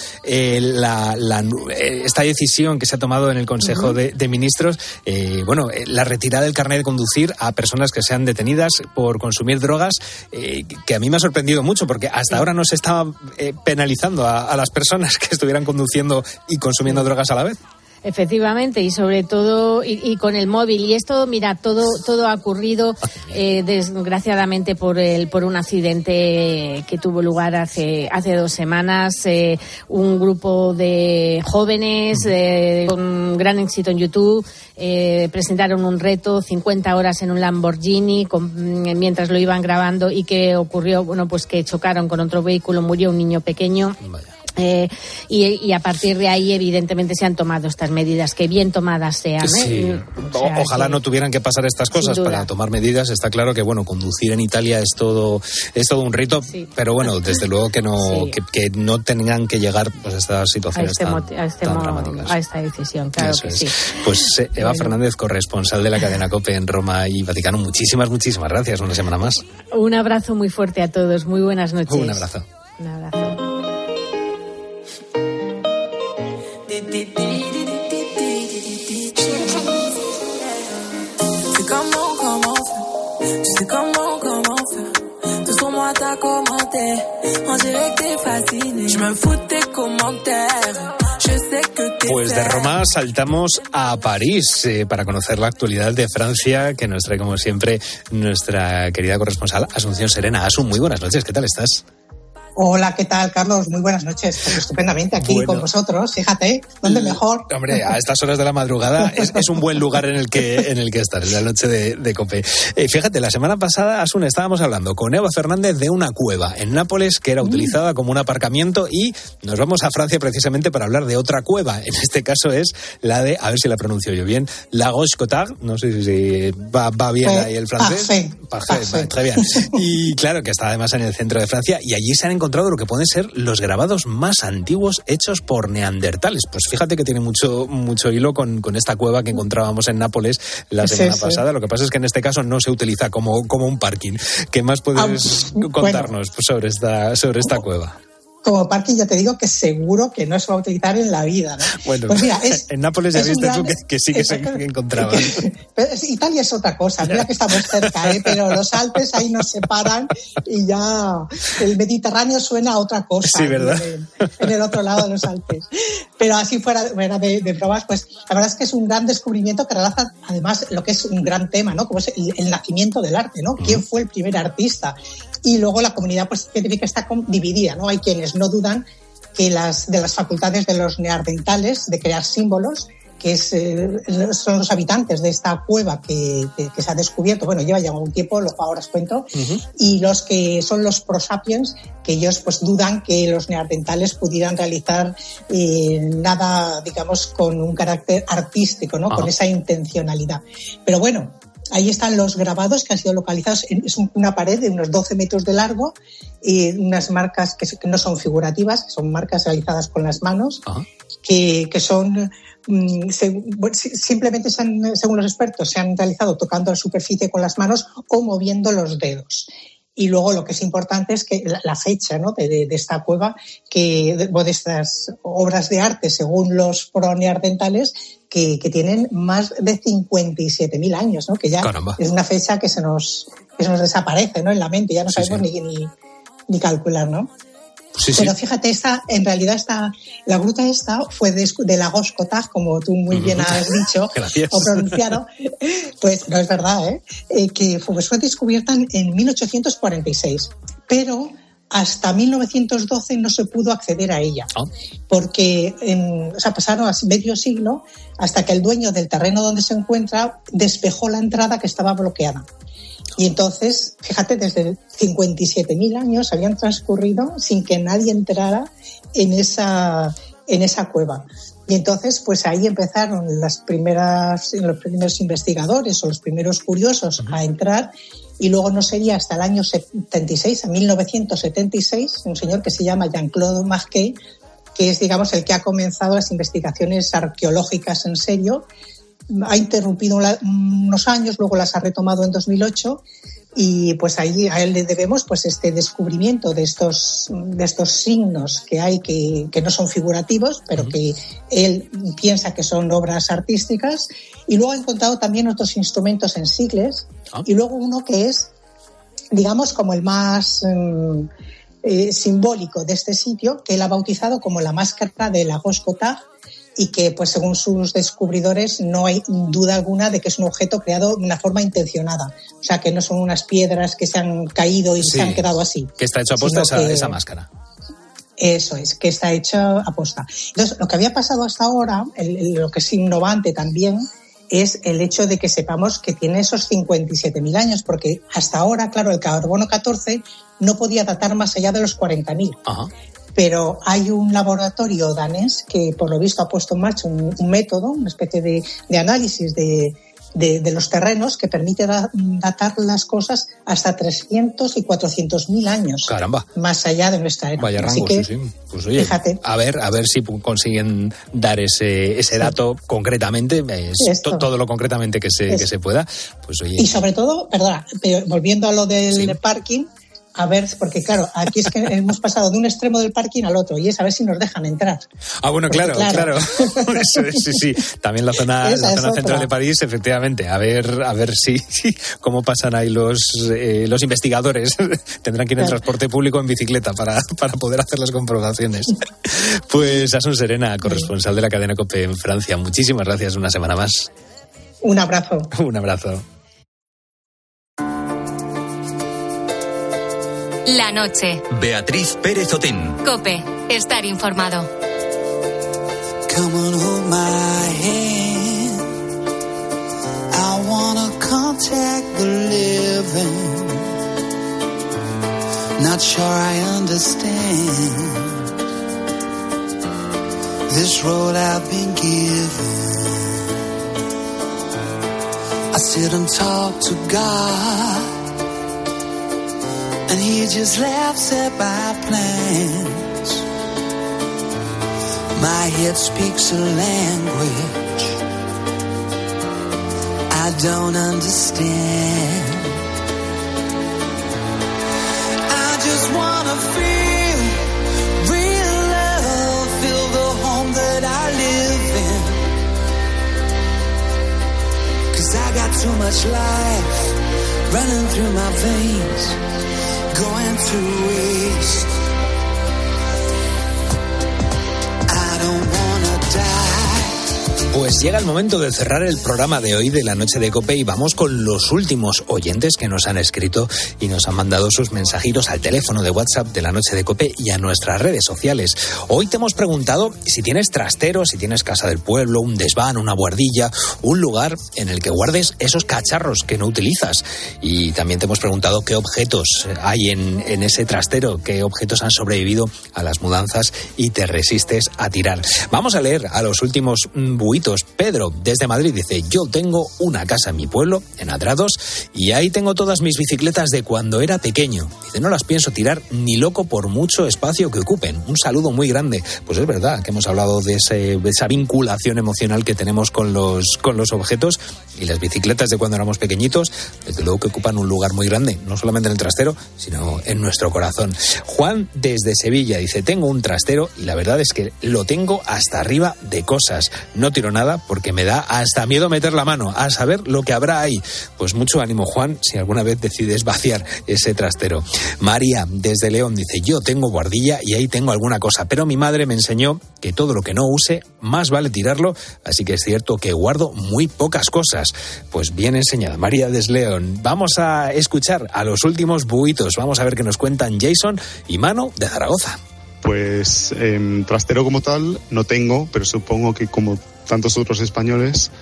esta decisión que se ha tomado en el Consejo de Ministros, la retirada del carnet de conducir a personas que sean detenidas por consumir drogas, que a mí me ha sorprendido mucho, porque hasta ahora no se estaba penalizando a las personas que estuvieran conduciendo y consumiendo drogas a la vez. Efectivamente, y sobre todo y con el móvil. Y esto, mira, todo ha ocurrido desgraciadamente por un accidente que tuvo lugar hace 2 semanas. Un grupo de jóvenes con gran éxito en YouTube presentaron un reto, 50 horas en un Lamborghini mientras lo iban grabando, y que ocurrió, bueno, pues que chocaron con otro vehículo, murió un niño pequeño. Y a partir de ahí, evidentemente, se han tomado estas medidas, que bien tomadas sean. Sí. Ojalá no tuvieran que pasar estas cosas para tomar medidas. Está claro que, bueno, conducir en Italia es todo un rito, pero bueno, desde luego que no que no tengan que llegar pues a estas situaciones tan dramáticas. A esta decisión, claro. Eso que sí. Pues Eva Fernández, corresponsal de la cadena COPE en Roma y Vaticano, muchísimas gracias. Una semana más. Un abrazo muy fuerte a todos. Muy buenas noches. Un abrazo. Un abrazo. Pues de Roma saltamos a París para conocer la actualidad de Francia, que nos trae, como siempre, nuestra querida corresponsal Asunción Serena. Asun, muy buenas noches, ¿qué tal estás? Hola, ¿qué tal, Carlos? Muy buenas noches. Pues estupendamente aquí con vosotros. Fíjate, ¿dónde mejor? Hombre, a estas horas de la madrugada es un buen lugar en el que estar, en la noche de COPE. Fíjate, la semana pasada, Asun, estábamos hablando con Eva Fernández de una cueva en Nápoles que era utilizada como un aparcamiento, y nos vamos a Francia precisamente para hablar de otra cueva. En este caso es la de, a ver si la pronuncio yo bien, La Roche-Cotard. No sé si va bien ahí el francés. Parfait, très bien. Y claro, que está además en el centro de Francia, y allí se han encontrado lo que pueden ser los grabados más antiguos hechos por neandertales. Pues fíjate que tiene mucho hilo con esta cueva que encontrábamos en Nápoles la semana pasada. Lo que pasa es que en este caso no se utiliza como un parking. ¿Qué más puedes contarnos sobre esta cueva? Como parking ya te digo que seguro que no se va a utilizar en la vida, ¿no? Bueno, pues mira, en Nápoles ya viste tú que sí que se encontraba. Italia es otra cosa, mira que estamos cerca, pero los Alpes ahí nos separan y ya el Mediterráneo suena a otra cosa. Sí, ¿verdad? En el otro lado de los Alpes. Pero así fuera de pruebas, pues la verdad es que es un gran descubrimiento que relaja además lo que es un gran tema, ¿no? Como es el nacimiento del arte, ¿no? ¿Quién fue el primer artista? Y luego la comunidad pues científica está dividida, ¿no? Hay quienes no dudan que de las facultades de los neandertales de crear símbolos, que son los habitantes de esta cueva que se ha descubierto, bueno, lleva ya un tiempo, ahora os cuento, y los que son los prosapiens, que ellos pues dudan que los neandertales pudieran realizar nada, digamos, con un carácter artístico, ¿no? Con esa intencionalidad. Pero bueno, ahí están los grabados que han sido localizados. Es una pared de unos 12 metros de largo y unas marcas que no son figurativas, que son marcas realizadas con las manos, que son simplemente, según los expertos, se han realizado tocando la superficie con las manos o moviendo los dedos. Y luego lo que es importante es que la fecha, ¿no? de esta cueva, de estas obras de arte, según los proneandertales, que tienen más de 57.000 años, ¿no? Que ya es una fecha que se nos desaparece, ¿no? En la mente, ya no sabemos ni calcular, ¿no? Sí, pero fíjate, en realidad la gruta esta fue de La Roche-Cotard, como tú muy bien has dicho o pronunciado, pues no es verdad, que fue descubierta en 1846, pero hasta 1912 no se pudo acceder a ella, porque pasaron medio siglo hasta que el dueño del terreno donde se encuentra despejó la entrada que estaba bloqueada. Y entonces, fíjate, desde 57.000 años habían transcurrido sin que nadie entrara en esa cueva. Y entonces, pues ahí empezaron los primeros investigadores o los primeros curiosos a entrar, y luego no sería hasta el año 76, en 1976, un señor que se llama Jean-Claude Marquet, que es, digamos, el que ha comenzado las investigaciones arqueológicas en serio. Ha interrumpido unos años, luego las ha retomado en 2008, y pues ahí a él le debemos pues este descubrimiento de estos signos que hay que no son figurativos, pero que él piensa que son obras artísticas. Y luego ha encontrado también otros instrumentos en sigles, y luego uno que es, digamos, como el más simbólico de este sitio, que él ha bautizado como la máscara de La Roche-Cotard, y que, pues según sus descubridores, no hay duda alguna de que es un objeto creado de una forma intencionada. O sea, que no son unas piedras que se han caído y se han quedado así. Que está hecho a posta esa máscara. Eso es, que está hecho a posta. Entonces, lo que había pasado hasta ahora, lo que es innovante también, es el hecho de que sepamos que tiene esos 57.000 años, porque hasta ahora, claro, el carbono 14 no podía datar más allá de los 40.000. Ajá. Pero hay un laboratorio danés que, por lo visto, ha puesto en marcha un método, una especie de análisis de los terrenos que permite datar las cosas hasta 300 y 400.000 años. Caramba. Más allá de nuestra era. Vaya rango, que, sí. Pues oye, fíjate. A ver si consiguen dar ese dato concretamente, todo lo concretamente que se pueda. Pues oye. Y sobre todo, perdona, volviendo a lo del parking, a ver, porque claro, aquí es que hemos pasado de un extremo del parking al otro y es a ver si nos dejan entrar. Ah, bueno, claro. Eso es, sí. También la zona central de París, efectivamente. A ver si cómo pasan ahí los investigadores. Tendrán que ir en transporte público en bicicleta para poder hacer las comprobaciones. Pues Asun Serena, corresponsal de la cadena COPE en Francia. Muchísimas gracias una semana más. Un abrazo. Un abrazo. La noche. Beatriz Pérez Otín. COPE. Estar informado. Come on, hold my hand. I wanna contact the living. Not sure I understand this road I've been given. I sit and talk to God, and he just laughs at my plans. My head speaks a language I don't understand. I just wanna feel real love, feel the home that I live in. 'Cause I got too much life running through my veins, going to waste. I don't wanna die. Pues llega el momento de cerrar el programa de hoy de la Noche de COPE y vamos con los últimos oyentes que nos han escrito y nos han mandado sus mensajitos al teléfono de WhatsApp de la Noche de COPE y a nuestras redes sociales. Hoy te hemos preguntado si tienes trastero, si tienes casa del pueblo, un desván, una buhardilla, un lugar en el que guardes esos cacharros que no utilizas. Y también te hemos preguntado qué objetos hay en ese trastero, qué objetos han sobrevivido a las mudanzas y te resistes a tirar. Vamos a leer a los últimos buitos. Pedro, desde Madrid, dice: yo tengo una casa en mi pueblo, en Adrados, y ahí tengo todas mis bicicletas de cuando era pequeño. Dice, no las pienso tirar ni loco por mucho espacio que ocupen. Un saludo muy grande. Pues es verdad que hemos hablado de esa vinculación emocional que tenemos con los objetos, y las bicicletas de cuando éramos pequeñitos, desde luego que ocupan un lugar muy grande, no solamente en el trastero, sino en nuestro corazón. Juan, desde Sevilla, dice: tengo un trastero y la verdad es que lo tengo hasta arriba de cosas. No tiro nada porque me da hasta miedo meter la mano a saber lo que habrá ahí. Pues mucho ánimo, Juan, si alguna vez decides vaciar ese trastero. María, desde León, dice: yo tengo buhardilla y ahí tengo alguna cosa, pero mi madre me enseñó que todo lo que no use más vale tirarlo, así que es cierto que guardo muy pocas cosas. Pues bien enseñada, María desde León. Vamos a escuchar a los últimos buitos. Vamos a ver qué nos cuentan Jason y Manu de Zaragoza. Pues trastero como tal no tengo, pero supongo que como tantos otros españoles,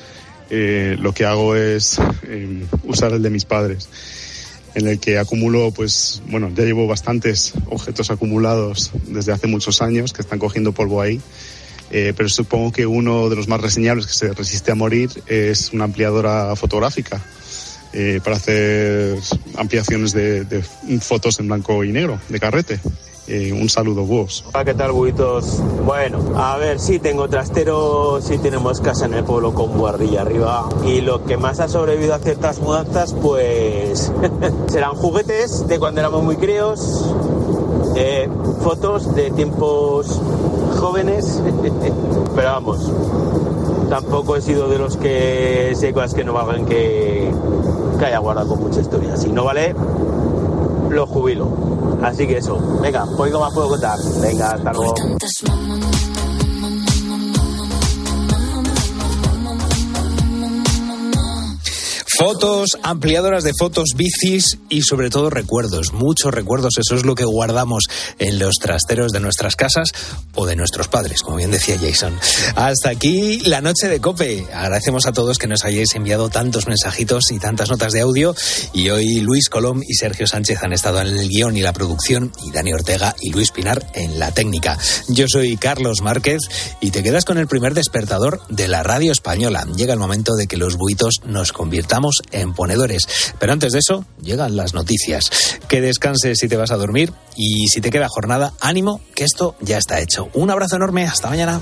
lo que hago es usar el de mis padres, en el que acumulo, pues bueno, ya llevo bastantes objetos acumulados desde hace muchos años que están cogiendo polvo ahí, pero supongo que uno de los más reseñables, que se resiste a morir, es una ampliadora fotográfica para hacer ampliaciones de fotos en blanco y negro, de carrete. Un saludo, vos. Hola, ¿qué tal, buitos? Bueno, a ver, sí tengo trastero, sí tenemos casa en el pueblo con buhardilla arriba, y lo que más ha sobrevivido a ciertas mudanzas, pues serán juguetes de cuando éramos muy críos, fotos de tiempos jóvenes, pero vamos, tampoco he sido de los que sé cosas que no valgan que haya guardado con mucha historia. Si no vale, lo jubilo. Así que eso, venga, poco más puedo contar. Venga, hasta luego. Fotos, ampliadoras de fotos, bicis y sobre todo recuerdos, muchos recuerdos. Eso es lo que guardamos en los trasteros de nuestras casas o de nuestros padres, como bien decía Jason. Hasta aquí la noche de COPE. Agradecemos a todos que nos hayáis enviado tantos mensajitos y tantas notas de audio. Y hoy Luis Colom y Sergio Sánchez han estado en el guión y la producción, y Dani Ortega y Luis Pinar en la técnica. Yo soy Carlos Márquez y te quedas con el primer despertador de la radio española. Llega el momento de que los buitos nos convirtamos en ponedores. Pero antes de eso, llegan las noticias. Que descanses si te vas a dormir, y si te queda jornada, ánimo, que esto ya está hecho. Un abrazo enorme, hasta mañana.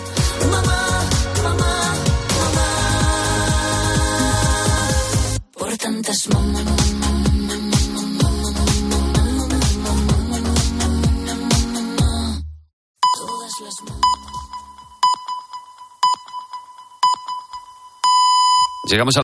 Por tantas Llegamos a